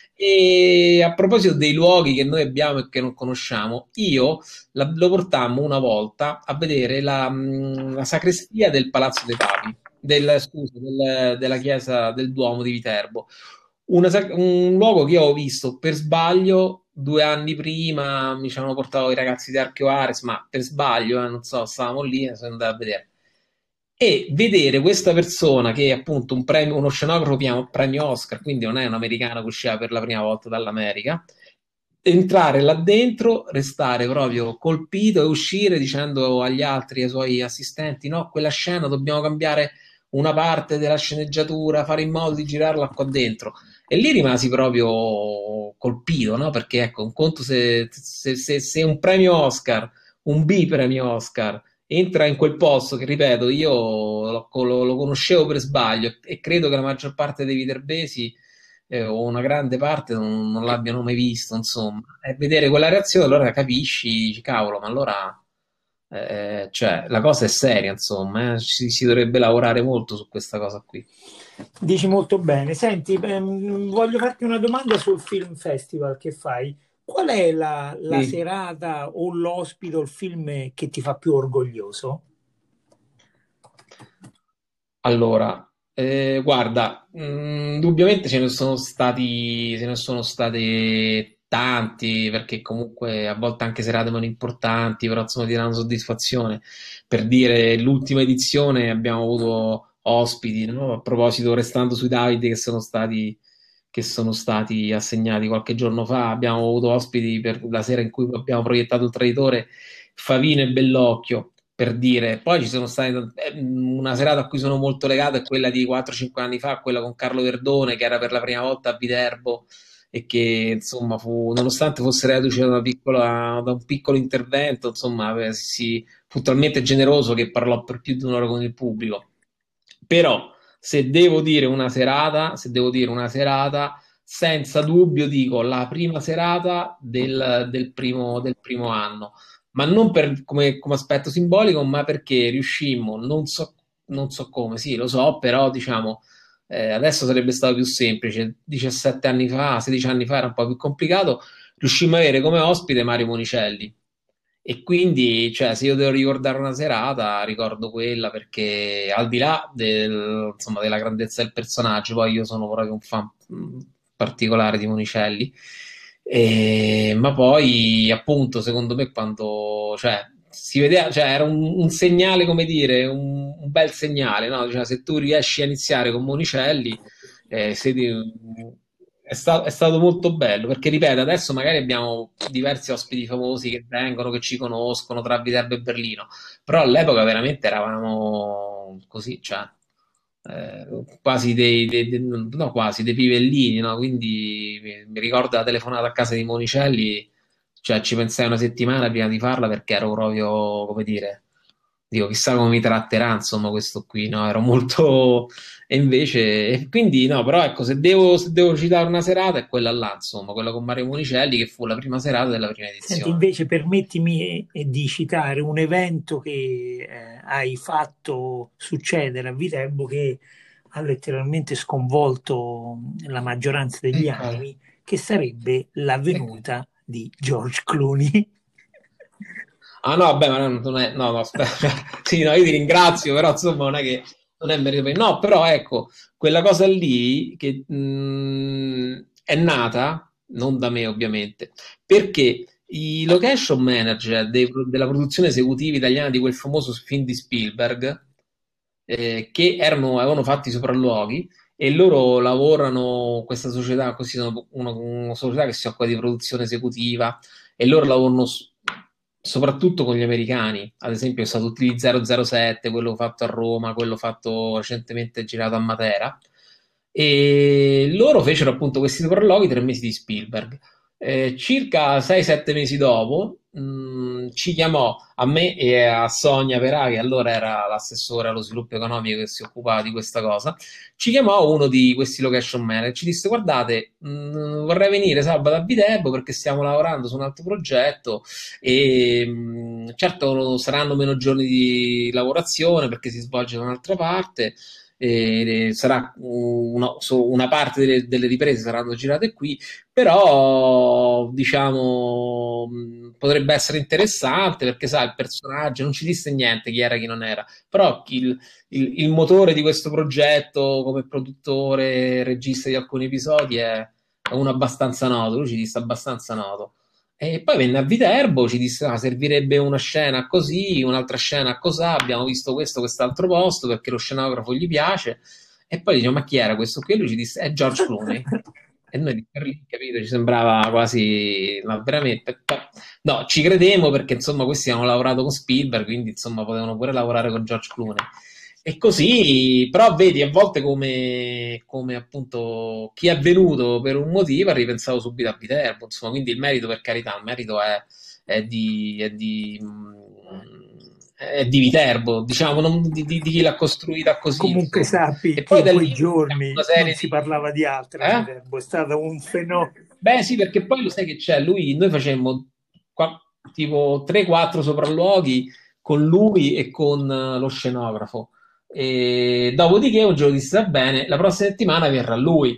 E a proposito dei luoghi che noi abbiamo e che non conosciamo, io la- lo portammo una volta a vedere la, mh, la sacrestia del Palazzo dei Papi, del, scusa, del- della chiesa del Duomo di Viterbo. Una sac- un luogo che io ho visto per sbaglio due anni prima, mi ci hanno portato i ragazzi di Archeo Ares, ma per sbaglio, eh, non so, stavamo lì e sono andato a vedere. E vedere questa persona che è appunto un premio, uno scenografo piano- premio Oscar, quindi non è un americano che usciva per la prima volta dall'America, entrare là dentro, restare proprio colpito e uscire dicendo agli altri, ai suoi assistenti, no, quella scena dobbiamo cambiare una parte della sceneggiatura, fare in modo di girarla qua dentro. E lì rimasi proprio colpito, no? Perché ecco, un conto se, se, se, se un premio Oscar, un bipremio Oscar, entra in quel posto che, ripeto, io lo, lo- lo conoscevo per sbaglio e credo che la maggior parte dei viterbesi eh, o una grande parte non, non l'abbiano mai visto, insomma. E vedere quella reazione, allora capisci, dici, cavolo, ma allora eh, cioè, la cosa è seria, insomma, eh, ci- si dovrebbe lavorare molto su questa cosa qui. Dici molto bene. Senti, ehm, voglio farti una domanda sul film festival che fai. Qual è la, la Sì. serata o l'ospite o il film che ti fa più orgoglioso? Allora, eh, guarda, mh, indubbiamente ce ne sono stati, ce ne sono state tanti, perché comunque a volte anche serate meno importanti, però insomma ti danno soddisfazione. Per dire, l'ultima edizione abbiamo avuto ospiti, no? A proposito, restando sui Davide che sono stati, che sono stati assegnati qualche giorno fa, abbiamo avuto ospiti per la sera in cui abbiamo proiettato il traditore, Favino e Bellocchio per dire. Poi ci sono state eh, una serata a cui sono molto legato, è quella di quattro cinque anni fa, quella con Carlo Verdone, che era per la prima volta a Viterbo e che insomma fu, nonostante fosse reduce da, una piccola, da un piccolo intervento, insomma, eh, si, fu talmente generoso che parlò per più di un'ora con il pubblico. Però, se devo dire una serata, se devo dire una serata, senza dubbio dico la prima serata del, del primo, del primo anno, ma non per, come, come aspetto simbolico, ma perché riuscimmo, non so, non so come, sì, lo so, però diciamo, eh, adesso sarebbe stato più semplice, diciassette anni fa, sedici anni fa era un po' più complicato, riuscimmo a avere come ospite Mario Monicelli. E quindi, cioè, se io devo ricordare una serata, ricordo quella perché al di là del- insomma, della grandezza del personaggio, poi io sono proprio un fan mh, particolare di Monicelli. E- ma poi, appunto, secondo me, quando cioè, si vedeva, cioè, era un, un segnale, come dire, un, un bel segnale, no? Cioè, se tu riesci a iniziare con Monicelli, eh, sei, è, sta- è stato molto bello perché, ripeto, adesso magari abbiamo diversi ospiti famosi che vengono, che ci conoscono tra Viterbo e Berlino, però all'epoca veramente eravamo così, cioè eh, quasi dei, dei- dei- no, quasi dei pivellini, no? Quindi mi, mi ricordo la telefonata a casa di Monicelli, cioè ci pensai una settimana prima di farla perché ero proprio, come dire, dico, chissà come mi tratterà, insomma, questo qui, no? Ero molto e invece, e quindi no, però ecco, se devo, se devo citare una serata è quella là, insomma, quella con Mario Monicelli, che fu la prima serata della prima Senti, edizione. invece permettimi eh, di citare un evento che eh, hai fatto succedere a Viterbo che ha letteralmente sconvolto la maggioranza degli E quale? animi, che sarebbe la E- venuta di George Clooney. Ah no, vabbè, ma non non è, no, no, aspetta, sì, no, io ti ringrazio, però insomma non è che non è merito per- no, però ecco, quella cosa lì che mh, è nata, non da me ovviamente, perché i location manager dei- della produzione esecutiva italiana di quel famoso film di Spielberg, eh, che erano, avevano fatto i sopralluoghi e loro lavorano, questa società, così sono una, una società che si occupa di produzione esecutiva e loro lavorano s- soprattutto con gli americani. Ad esempio, è stato tutti gli zero zero sette, quello fatto a Roma, quello fatto recentemente girato a Matera. E loro fecero appunto questi sopralluoghi tre mesi di Spielberg. Eh, circa sei sette mesi dopo, mh, ci chiamò a me e a Sonia Perà, che allora era l'assessore allo sviluppo economico che si occupava di questa cosa. Ci chiamò uno di questi location manager e ci disse: Guardate, mh, vorrei venire sabato a Viterbo perché stiamo lavorando su un altro progetto e mh, certo saranno meno giorni di lavorazione perché si svolge da un'altra parte. E sarà una, so- una parte delle, delle riprese saranno girate qui, però diciamo mh, potrebbe essere interessante perché sai, il personaggio non ci disse niente chi era e chi non era, però il, il- il motore di questo progetto come produttore, regista di alcuni episodi è, è uno abbastanza noto, lui ci disse abbastanza noto. E poi venne a Viterbo, ci disse: "Ah, servirebbe una scena così, un'altra scena così. Abbiamo visto questo, quest'altro posto perché lo scenografo gli piace." E poi diciamo: "Ma chi era questo qui?" E lui ci disse: "È George Clooney." E noi lì per lì, capito, ci sembrava quasi, ma veramente, no, ci credemmo perché insomma questi hanno lavorato con Spielberg, quindi insomma potevano pure lavorare con George Clooney. E così, però vedi, a volte come, come appunto chi è venuto per un motivo ha ripensato subito a Viterbo, insomma, quindi il merito, per carità, il merito è, è di, è di, mh, è di Viterbo, diciamo, non di, di- di chi l'ha costruita così, Comunque insomma. sappi E che poi in da quei lì iniziamo giorni una non serie si di... parlava di altro a Eh? Viterbo, è stato un fenomeno. Beh, sì, perché poi lo sai che c'è, lui, noi facemmo qua- tipo tre quattro sopralluoghi con lui e con eh, lo scenografo. E dopodiché un giorno disse: Va bene, la prossima settimana verrà lui.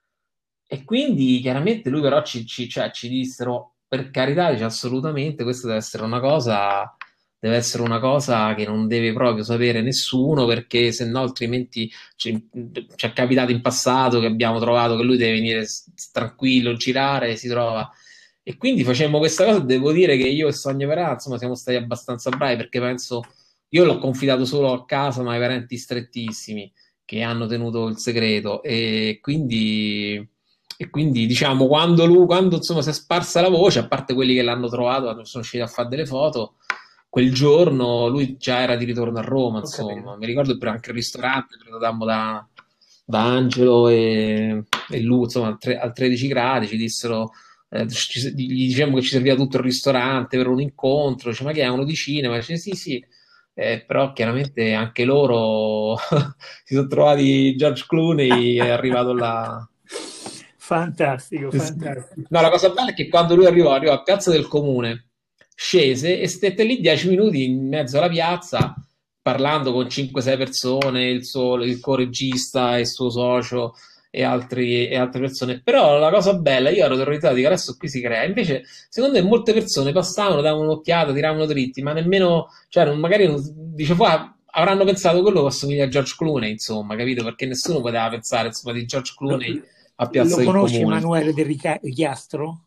E quindi chiaramente lui però ci, ci, cioè, ci dissero, per carità, dice assolutamente, questa deve essere una cosa, deve essere una cosa che non deve proprio sapere nessuno, perché se no altrimenti ci, ci è capitato in passato che abbiamo trovato che lui deve venire s- tranquillo, girare, si trova. E quindi facemmo questa cosa, devo dire che io e Sonia Perà, insomma, siamo stati abbastanza bravi, perché penso, io l'ho confidato solo a casa, ma ai parenti strettissimi che hanno tenuto il segreto e quindi, e quindi diciamo quando lui quando insomma si è sparsa la voce, a parte quelli che l'hanno trovato, sono usciti a fare delle foto, quel giorno lui già era di ritorno a Roma, Ho capito. insomma, mi ricordo anche il ristorante prenotammo da, da Angelo e, e lui, insomma, al, tre- al tredici gradi ci dissero, eh, ci- gli dicevamo che ci serviva tutto il ristorante per un incontro, dice, ma che è uno di cinema? Dice, sì, sì. Eh, però chiaramente anche loro si sono trovati George Clooney è arrivato là. Fantastico, Eh sì. fantastico. No, la cosa bella è che quando lui arrivò, arrivò a Piazza del Comune, scese e stette lì dieci minuti in mezzo alla piazza parlando con cinque sei persone, il suo il co-regista e il suo socio e, altri, e altre persone. Però la cosa bella, io ero terrorizzato che adesso qui si crea. Invece, secondo me, molte persone passavano, davano un'occhiata, tiravano dritti, ma nemmeno, cioè, non- magari non, dicevo, ah, avranno pensato quello che assomiglia a George Clooney, insomma, capito? Perché nessuno poteva pensare, insomma, di George Lo, Clooney a lo Piazza del conosci Comune. Emanuele De Rica- Chiastro?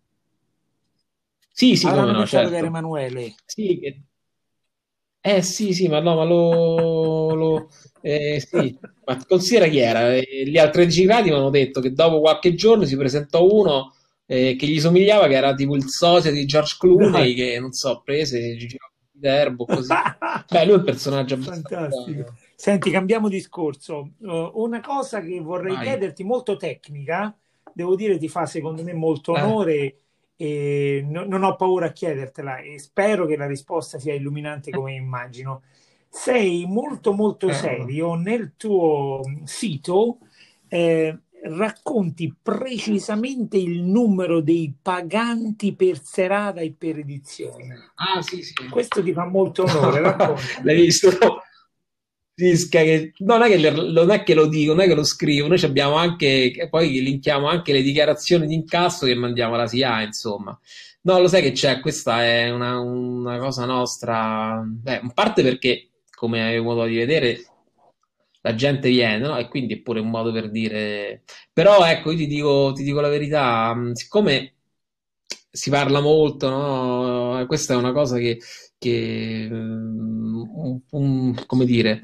Sì, sì, come Avranno no, pensato che era certo. Emanuele. Sì, che- eh sì, sì, ma no, ma lo, lo- eh, sì, ma considera chi era? Eh, Lì al tredici gradi mi hanno detto che dopo qualche giorno si presentò uno eh, che gli somigliava, che era tipo il sosia di George Dai. Clooney, che non so, prese, ci girava di Viterbo, così. Beh, lui è un personaggio Fantastico. abbastanza... Senti, cambiamo discorso. Uh, una cosa che vorrei Vai. chiederti, molto tecnica, devo dire ti fa secondo me molto Eh, onore e no- non ho paura a chiedertela e spero che la risposta sia illuminante come immagino. Sei molto molto eh. serio nel tuo sito, eh, racconti precisamente il numero dei paganti per serata e per edizione. Ah, sì, sì. Questo ti fa molto onore, L'hai raccontami. visto? Fisca che non è che, le- non è che lo dico, non è che lo scrivo, noi ci abbiamo anche, che poi linkiamo anche le dichiarazioni di incasso che mandiamo alla S I A, insomma. No, lo sai che c'è, questa è una, una cosa nostra, beh, in parte perché, come avevo modo di vedere, la gente viene, no? E quindi è pure un modo per dire... Però ecco, io ti dico, ti dico la verità, mh, siccome si parla molto, no? Questa è una cosa che, che mm, un- un- come dire,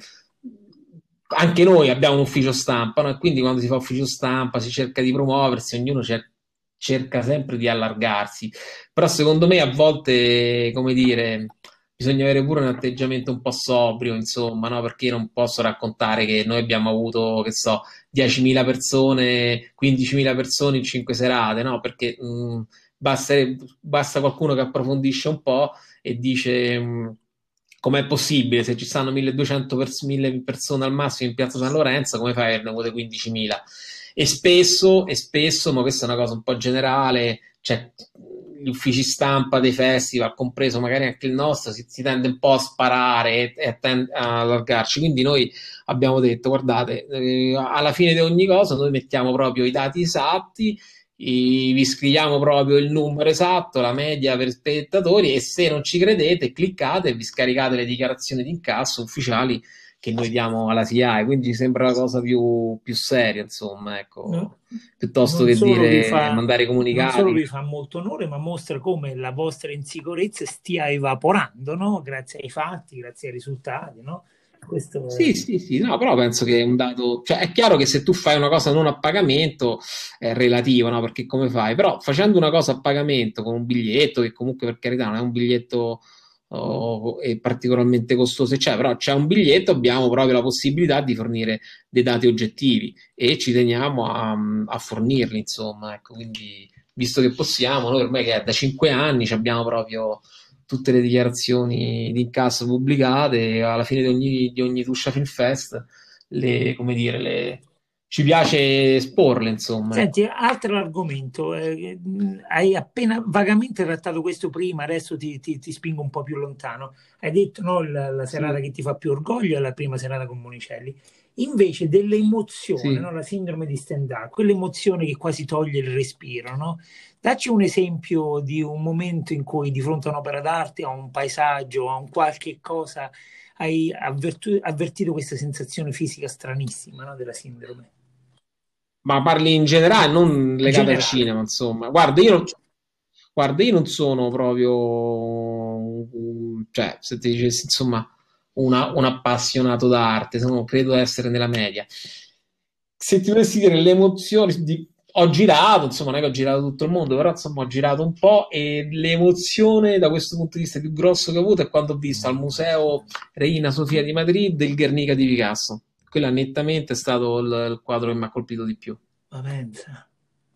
anche noi abbiamo un ufficio stampa, no? E quindi quando si fa ufficio stampa si cerca di promuoversi, ognuno cer- cerca sempre di allargarsi. Però secondo me a volte, come dire, bisogna avere pure un atteggiamento un po' sobrio, insomma, no? Perché io non posso raccontare che noi abbiamo avuto, che so, diecimila persone, quindicimila persone in cinque serate, no? Perché mh, basta, basta qualcuno che approfondisce un po' e dice mh, com'è possibile se ci stanno milleduecento pers- mille persone al massimo in Piazza San Lorenzo, come fai a averne avute quindicimila? E spesso, e spesso, ma questa è una cosa un po' generale, cioè gli uffici stampa dei festival, compreso magari anche il nostro, si, si tende un po' a sparare e, e a, ten- a allargarci. Quindi noi abbiamo detto, guardate, eh, alla fine di ogni cosa noi mettiamo proprio i dati esatti, i- vi scriviamo proprio il numero esatto, la media per spettatori e se non ci credete cliccate e vi scaricate le dichiarazioni di incasso ufficiali che noi diamo alla S I A E, quindi ci sembra la cosa più, più seria, insomma, No- ecco, piuttosto non che solo vi dire fa, mandare non solo comunicati. vi fa molto onore, ma mostra come la vostra insicurezza stia evaporando, no? Grazie ai fatti, grazie ai risultati, no? Questo è... Sì, sì, sì, no, però penso che è un dato, cioè è chiaro che se tu fai una cosa non a pagamento è relativo, no? Perché come fai? Però facendo una cosa a pagamento con un biglietto, che comunque per carità non è un biglietto oh, è particolarmente costoso, cioè, però c'è un biglietto, abbiamo proprio la possibilità di fornire dei dati oggettivi e ci teniamo a, a fornirli, insomma, ecco, quindi visto che possiamo, noi ormai che è da cinque anni ci abbiamo proprio tutte le dichiarazioni di incasso pubblicate alla fine di ogni, di ogni Tuscia Film Fest, le, come dire, le, ci piace esporle, insomma. Senti, Ecco. altro argomento, eh, mh, hai appena vagamente trattato questo prima, adesso ti, ti- ti spingo un po' più lontano. Hai detto no, la, la serata Sì, che ti fa più orgoglio è la prima serata con Monicelli. Invece dell'emozione, no, sì. la sindrome di stand-up, quell'emozione che quasi toglie il respiro, no? Dacci un esempio di un momento in cui di fronte a un'opera d'arte, a un paesaggio, a un qualche cosa, hai avvertu- avvertito questa sensazione fisica stranissima, no, della sindrome. Ma parli in generale, non legato al Generale. cinema, insomma. Guarda, io non, guarda, io non sono proprio, un- cioè, se ti dicessi, insomma, una- un appassionato d'arte, sono- credo di essere nella media. Se ti dovessi dire le emozioni, di- ho girato, insomma, non è che ho girato tutto il mondo, però insomma ho girato un po' e l'emozione da questo punto di vista più grosso che ho avuto è quando ho visto al Museo Reina Sofia di Madrid il Guernica di Picasso. Quello nettamente è stato il, il quadro che mi ha colpito di più. Ma pensa.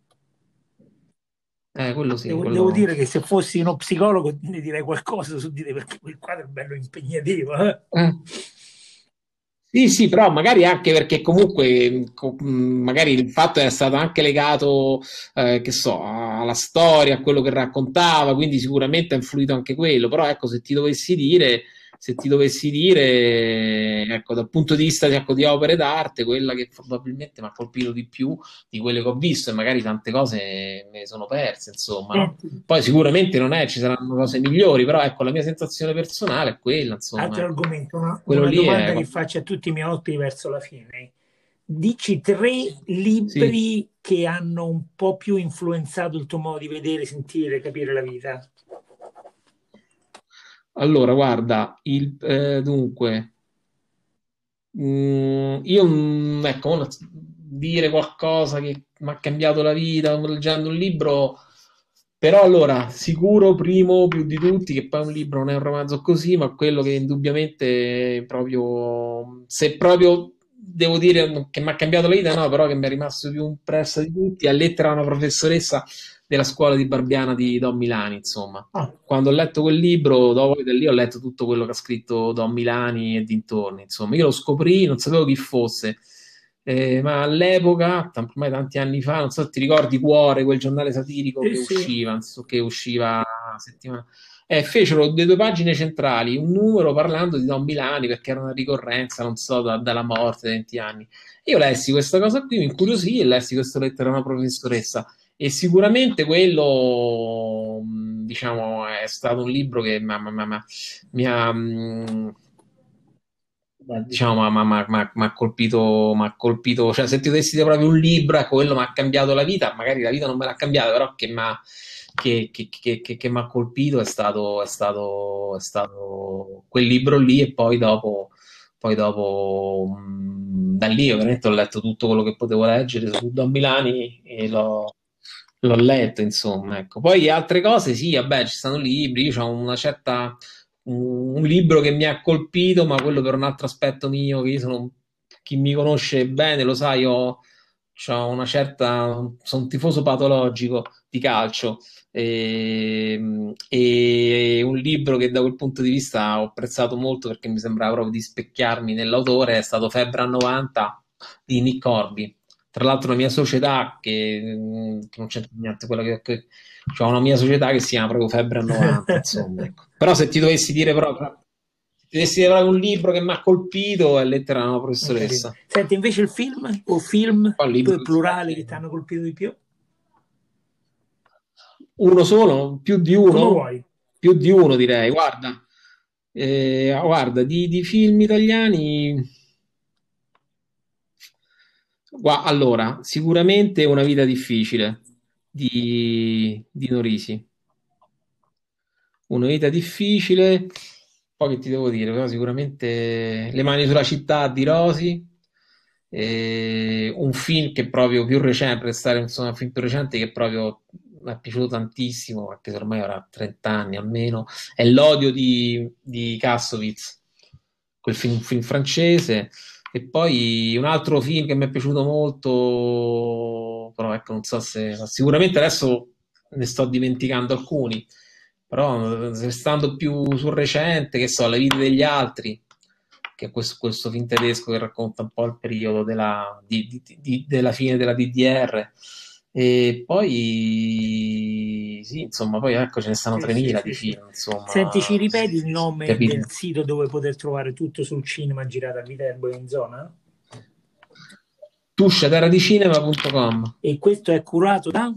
Eh, quello sì, Devo, devo quello... dire che se fossi uno psicologo ne direi qualcosa su di te perché quel quadro è bello impegnativo. Eh? Eh. Sì, sì, però magari anche perché comunque co- mh, magari il fatto è stato anche legato, eh, che so, alla storia, a quello che raccontava, quindi sicuramente ha influito anche quello, però ecco, se ti dovessi dire, se ti dovessi dire, ecco, dal punto di vista ecco, di opere d'arte, quella che probabilmente mi ha colpito di più di quelle che ho visto e magari tante cose me ne sono perse, insomma, no? Senti, Poi sicuramente non è, ci saranno cose migliori, però ecco, la mia sensazione personale è quella, insomma, altro ecco. argomento, una, Quello una lì domanda è... che faccio a tutti i miei ospiti verso la fine. Dici tre Sì. libri che hanno un po' più influenzato il tuo modo di vedere, sentire, capire la vita. Allora, guarda, il, eh, dunque, mm, io, mm, ecco, non- dire qualcosa che mi ha cambiato la vita leggendo un libro, però allora, sicuro, primo, più di tutti, che poi un libro non è un romanzo così, ma quello che indubbiamente proprio, se proprio devo dire che mi ha cambiato la vita, no, però che mi è rimasto più impressa di tutti, è Lettera a una professoressa della scuola di Barbiana di Don Milani, insomma Ah, quando ho letto quel libro, dopo da lì ho letto tutto quello che ha scritto Don Milani e dintorni. Insomma, io lo scoprì, non sapevo chi fosse, eh, ma all'epoca, t- ormai tanti anni fa, non so se ti ricordi Cuore, quel giornale satirico sì, che sì. usciva, non so, che usciva a settimana. Eh, fecero le due pagine centrali, un numero parlando di Don Milani perché era una ricorrenza, non so, da- dalla morte, venti anni. Io lessi questa cosa qui, mi incuriosì e lessi questa lettera a una professoressa. E sicuramente quello, mh, diciamo, è stato un libro che m'ha- m'ha- m'ha- m'ha- mi ha, mh, diciamo, m'ha m'ha- m'ha- m'ha colpito, m'ha colpito, cioè se ti dovessi dire proprio un libro, ecco, quello mi ha cambiato la vita, magari la vita non me l'ha cambiata, però che mi ha che, che, che, che, che mi ha colpito è stato, è stato, è stato quel libro lì, e poi dopo, poi dopo mh, da lì ovviamente ho letto tutto quello che potevo leggere su Don Milani e l'ho l'ho letto, insomma, ecco. Poi altre cose, sì, vabbè, ci stanno libri, io ho una certa, un, un libro che mi ha colpito, ma quello per un altro aspetto mio, che io sono, chi mi conosce bene lo sa, io ho una certa, sono un tifoso patologico di calcio, e, e un libro che da quel punto di vista ho apprezzato molto perché mi sembrava proprio di specchiarmi nell'autore è stato Febbre a novanta di Nick Corby. Tra l'altro la mia società, che, che non c'entra niente, quella che, che c'ho una mia società che si chiama proprio Febbre a novanta, insomma, ecco. Però se ti dovessi dire proprio, se ti dovessi dire proprio un libro che mi ha colpito è Lettera a una professoressa. Senti, invece il film o film libro plurali che ti hanno colpito di più? Uno solo? Più di Come uno? vuoi. Più di uno direi, guarda. Eh, guarda, di, di film italiani... Gua- allora, sicuramente Una vita difficile di, di Norisi. Una vita difficile, poi che ti devo dire, però sicuramente Le mani sulla città di Rosi, e un film che proprio più recente, per stare insomma un film più recente che proprio mi è piaciuto tantissimo, perché ormai avrà trenta anni almeno, è L'odio di, di Kassovitz, quel film, un film francese. E poi un altro film che mi è piaciuto molto, però ecco, non so se sicuramente adesso ne sto dimenticando alcuni, però eh, stando più sul recente, che so, Le vite degli altri, che è questo, questo film tedesco che racconta un po' il periodo della, di- di- di- della fine della D D R. E poi sì, insomma, poi ecco ce ne stanno Sì, tremila sì, di sì, sì. film, insomma, Senti, ci ripeti il nome capito? del sito dove poter trovare tutto sul cinema girato a Viterbo e in zona? tusciaterradicinema punto com. E questo è curato da?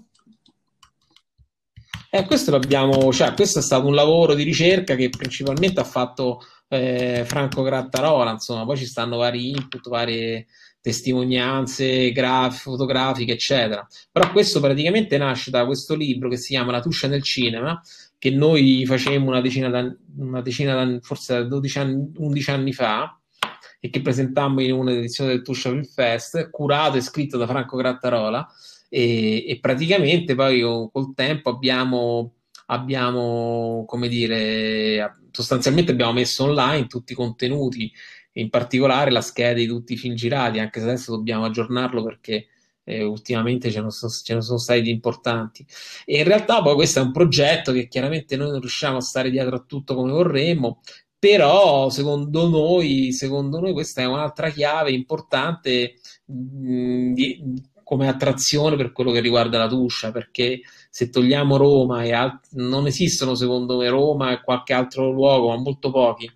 Eh, questo l'abbiamo, cioè, questo è stato un lavoro di ricerca che principalmente ha fatto eh, Franco Grattarola, insomma, poi ci stanno vari input, varie testimonianze graf- fotografiche, eccetera. Però questo praticamente nasce da questo libro che si chiama La Tuscia nel cinema, che noi facemmo una decina d'anni, una decina d'anni, forse dodici anni, undici anni fa, e che presentammo in un'edizione del Tuscia Film Fest, curato e scritto da Franco Grattarola. E, e praticamente poi oh, col tempo abbiamo, abbiamo, come dire, sostanzialmente abbiamo messo online tutti i contenuti, in particolare la scheda di tutti i film girati, anche se adesso dobbiamo aggiornarlo perché eh, ultimamente ce ne, sono, ce ne sono stati di importanti. E in realtà poi questo è un progetto che chiaramente noi non riusciamo a stare dietro a tutto come vorremmo, però secondo noi, secondo noi questa è un'altra chiave importante mh, di, come attrazione per quello che riguarda la Tuscia, perché se togliamo Roma e alt- non esistono secondo me Roma e qualche altro luogo, ma molto pochi.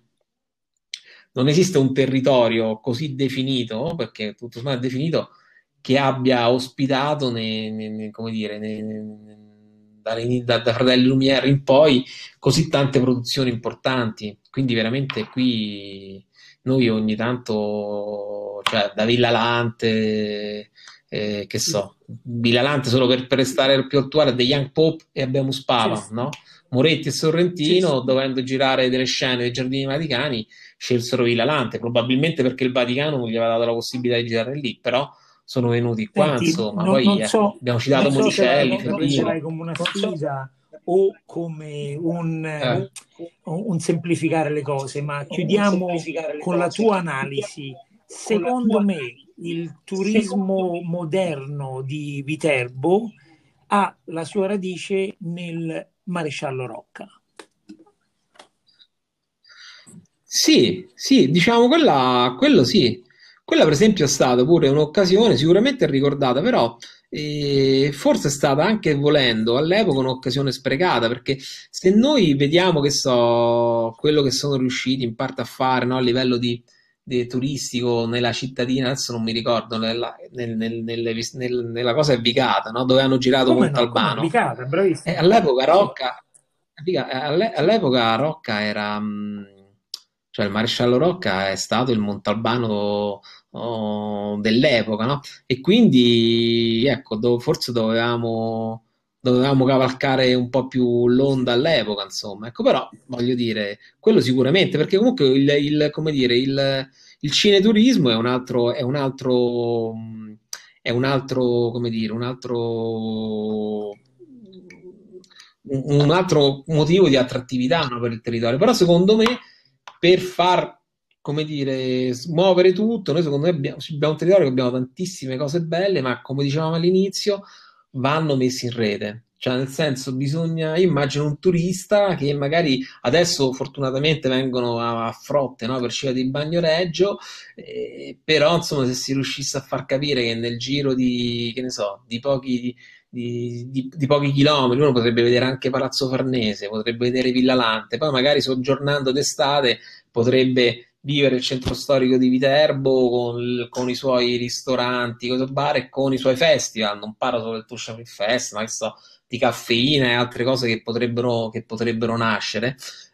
Non esiste un territorio così definito, perché tutto sommato è definito, che abbia ospitato, ne, ne- ne- come dire, ne- ne- dalle- da, da Fratelli Lumière in poi, così tante produzioni importanti. Quindi veramente qui noi ogni tanto, cioè da Villa Lante, eh, che so, Villa Lante solo per, per restare più attuale, The Young Pope e Abbiamo Papa, Sì, no? Moretti e Sorrentino, sì, sì. dovendo girare delle scene dei Giardini Vaticani, scelsero Villa Lante, probabilmente perché il Vaticano non gli aveva dato la possibilità di girare lì, però sono venuti qua, Senti, insomma. non, Poi non ecco, so, abbiamo non citato so se la, Monicelli, la Fellini. prenderai come una sfida o come un, Eh. eh, un semplificare le cose, ma chiudiamo con la tua analisi. Secondo me il turismo moderno di Viterbo ha la sua radice nel Maresciallo Rocca. Sì, sì, diciamo quella, quello sì. Quella per esempio è stata pure un'occasione sicuramente ricordata, però eh, forse è stata anche volendo all'epoca un'occasione sprecata, perché se noi vediamo che so quello che sono riusciti in parte a fare, no, a livello di, di turistico nella cittadina, adesso non mi ricordo, nella, nel- nel- nelle vis- nel- nella cosa è Vicata, no, dove hanno girato Come no? Come no? Montalbano. Vicata, Eh, bravissimo. all'epoca Sì. Rocca, figa, eh, all'e- all'epoca Rocca era, mh, cioè il maresciallo Rocca è stato il Montalbano oh, dell'epoca, no? E quindi ecco, do- forse dovevamo, dovevamo cavalcare un po' più l'onda all'epoca, insomma. Ecco, però voglio dire, quello sicuramente, perché comunque il, il- come dire, il, il cineturismo è un altro, è un altro, mh, è un altro, come dire, un altro, un un altro motivo di attrattività, no, per il territorio. Però secondo me, per far, come dire, smuovere tutto, noi secondo me abbiamo, abbiamo un territorio che abbiamo tantissime cose belle, ma come dicevamo all'inizio, vanno messi in rete. Cioè, nel senso, bisogna, io immagino un turista che magari adesso fortunatamente vengono a, a frotte, no, per Città di Bagnoregio, eh, però insomma se si riuscisse a far capire che nel giro di, che ne so, di pochi, di, di- di pochi chilometri uno potrebbe vedere anche Palazzo Farnese, potrebbe vedere Villa Lante, poi magari soggiornando d'estate potrebbe vivere il centro storico di Viterbo con, il- con i suoi ristoranti, con i suoi bar e con i suoi festival. Non parlo solo del Tuscia Free Fest, ma che so, di caffeina e altre cose che potrebbero, che potrebbero nascere.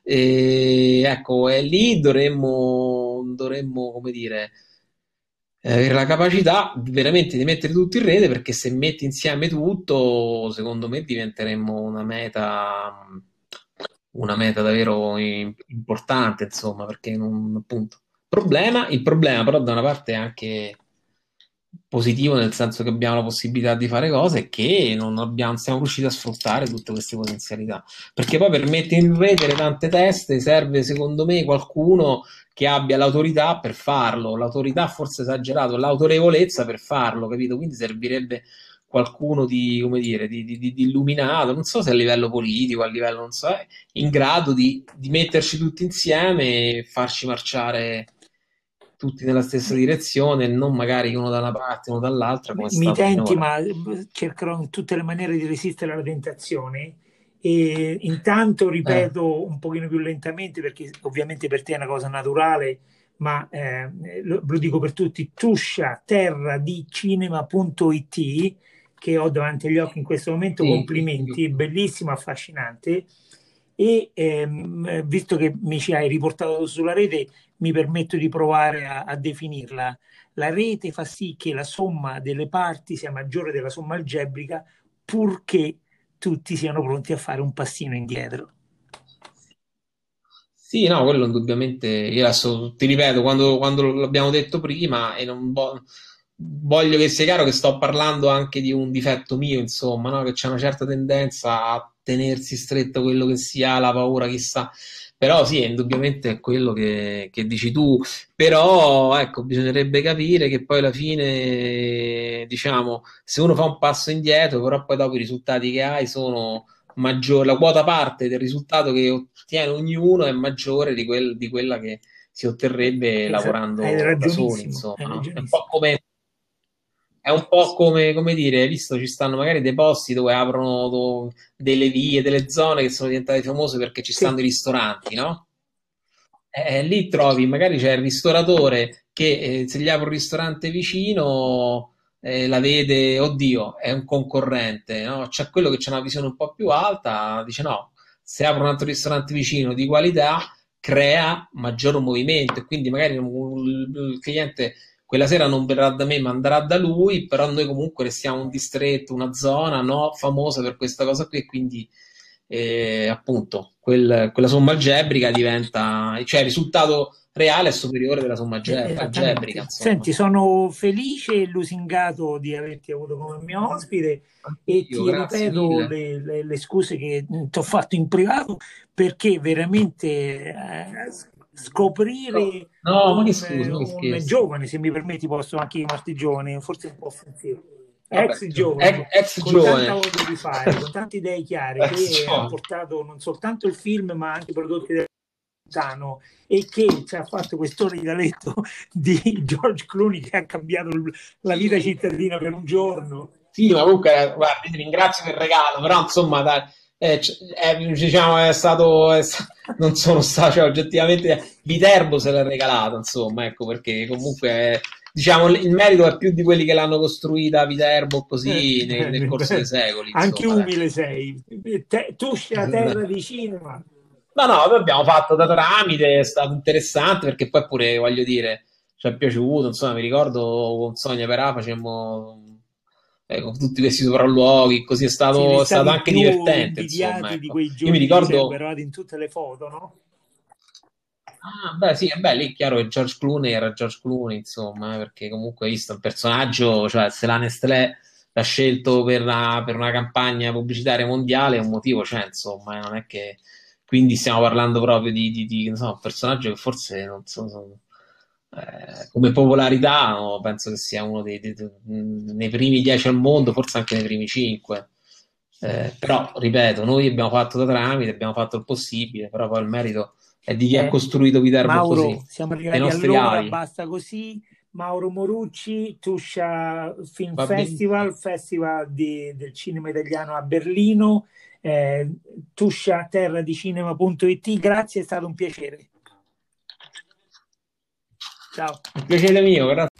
E ecco, e lì dovremmo, dovremmo, come dire, eh, avere la capacità veramente di mettere tutto in rete, perché se metti insieme tutto, secondo me diventeremmo una meta, una meta davvero im- importante, insomma, perché non, appunto. Problema, il problema però da una parte è anche positivo, nel senso che abbiamo la possibilità di fare cose e che non abbiamo, siamo riusciti a sfruttare tutte queste potenzialità. Perché poi per mettere in rete le tante teste serve, secondo me, qualcuno che abbia l'autorità per farlo, l'autorità forse esagerato, l'autorevolezza per farlo, capito? Quindi servirebbe qualcuno di, come dire, di, di, di illuminato, non so se a livello politico, a livello, non so, eh, in grado di, di metterci tutti insieme e farci marciare tutti nella stessa direzione, non magari uno da una parte e uno dall'altra, come è Mi stato tenti, finora. ma eh, cercherò in tutte le maniere di resistere alla tentazione. E intanto Eh, ripeto un pochino più lentamente, perché ovviamente per te è una cosa naturale, ma eh, lo, lo dico per tutti: tuscia terra di cinema punto it, che ho davanti agli occhi in questo momento. sì, Complimenti, bellissimo, affascinante. E ehm, visto che mi ci hai riportato sulla rete, mi permetto di provare a, a definirla. La rete fa sì che la somma delle parti sia maggiore della somma algebrica, purché tutti siano pronti a fare un passino indietro. sì, no, quello indubbiamente, io adesso ti ripeto, quando, quando l'abbiamo detto prima, e non vo- voglio che sia chiaro che sto parlando anche di un difetto mio, insomma, no? Che c'è una certa tendenza a tenersi stretto quello che si ha, la paura, chissà. Però sì, indubbiamente è quello che, che dici tu. Però, ecco, bisognerebbe capire che poi alla fine, diciamo, se uno fa un passo indietro, però poi dopo i risultati che hai sono maggiore, la quota parte del risultato che ottiene ognuno è maggiore di, quel- di quella che si otterrebbe Esa- hai lavorando da soli, ragionissimo, insomma, hai no? È un po' ragionissimo. come, è un po' come, come dire, hai visto, ci stanno magari dei posti dove aprono do- delle vie, delle zone che sono diventate famose perché ci Sì, stanno i ristoranti, no? Eh, lì trovi, magari c'è il ristoratore che eh, se gli apre un ristorante vicino eh, la vede, oddio, è un concorrente, no? C'è quello che c'è una visione un po' più alta, dice no, se apro un altro ristorante vicino di qualità, crea maggior movimento e quindi magari il il cliente quella sera non verrà da me, ma andrà da lui, però noi comunque restiamo un distretto, una zona, no, famosa per questa cosa qui e quindi eh, appunto quel- quella somma algebrica diventa, cioè il risultato reale è superiore della somma eh, alge- algebrica, esattamente. insomma. Senti, sono felice e lusingato di averti avuto come mio ospite, e Anch'io, ti grazie ripeto mille. le, le- le scuse che ti ho fatto in privato, perché veramente eh, No, scoprire no, ma che un, scusa, ma che un scherzi. giovane, se mi permetti posso anche chiamarti giovane, forse un po' offensivo, Vabbè, ex gio- ex, giovane, ex con tanta giovane. voglia di fare, con tante idee chiare, Ex che ha giovane. portato non soltanto il film, ma anche prodotti del lontano, e che ci ha fatto quest'ora di letto di George Clooney, che ha cambiato la vita cittadina per un giorno. Sì, ma comunque, eh, guarda, ti ringrazio per il regalo, però insomma, dai, eh, c- è, diciamo, è stato, è sta- non sono stato, cioè, oggettivamente, Viterbo se l'ha regalato, insomma, ecco, perché comunque, eh, diciamo, il merito è più di quelli che l'hanno costruita a Viterbo Eh, così nel, nel bene, corso dei bene. secoli, Anche insomma, dai. umile sei. Te, tu sei a terra di cinema. No, no, noi abbiamo fatto da tramite, è stato interessante perché poi pure, voglio dire, ci è piaciuto, insomma, mi ricordo con Sonia Perà facemmo eh, con tutti questi sopralluoghi, così è Siete stato, è stato stati anche più divertente, insomma, invidiati di ecco. quei Io mi giorni di liceo, ricordo. eravate in tutte le foto, no? Ah, beh, sì, beh, lì è chiaro che George Clooney era George Clooney, insomma, eh, perché comunque hai visto il personaggio, cioè se la Nestlé l'ha scelto per, la- per una campagna pubblicitaria mondiale, un motivo c'è, insomma, eh, non è che. Quindi stiamo parlando proprio di, di, di, non so, un personaggio che forse, non so, so- eh, come popolarità, no, penso che sia uno dei, dei- dei- nei primi dieci al mondo, forse anche nei primi cinque. Eh, però, ripeto, noi abbiamo fatto da tramite, abbiamo fatto il possibile, però poi il merito è di chi ha Eh, costruito Viterbo così, Mauro, siamo dei arrivati nostri all'ora, avi. basta così. Mauro Morucci, Tuscia Film Va benissimo. Festival, Festival di- del cinema italiano a Berlino, eh, Tuscia terra di cinema punto it. Grazie, è stato un piacere. Ciao. Un piacere mio, grazie.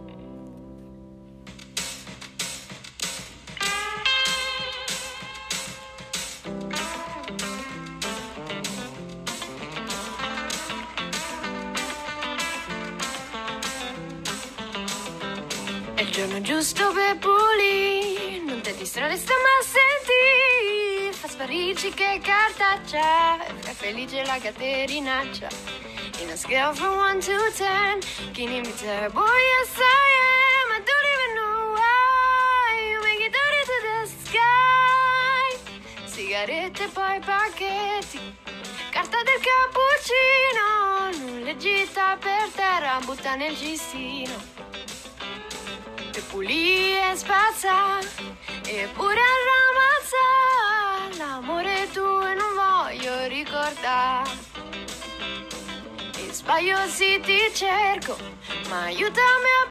È il giorno giusto per pulire, non ti distrarre, sta ma senti. Fa sparirci che cartaccia, e fa felice la caterinaccia. In a scale from one to ten, can you be terrible? Yes I am, I don't even know why. You make it dirty to the sky. Sigarette e poi pacchetti, carta del cappuccino, non leggita per terra, butta nel cestino. E pulì e spazza, eppure ramazza, l'amore tuo e non voglio ricordare. E sbaglio sì ti cerco, ma aiutami a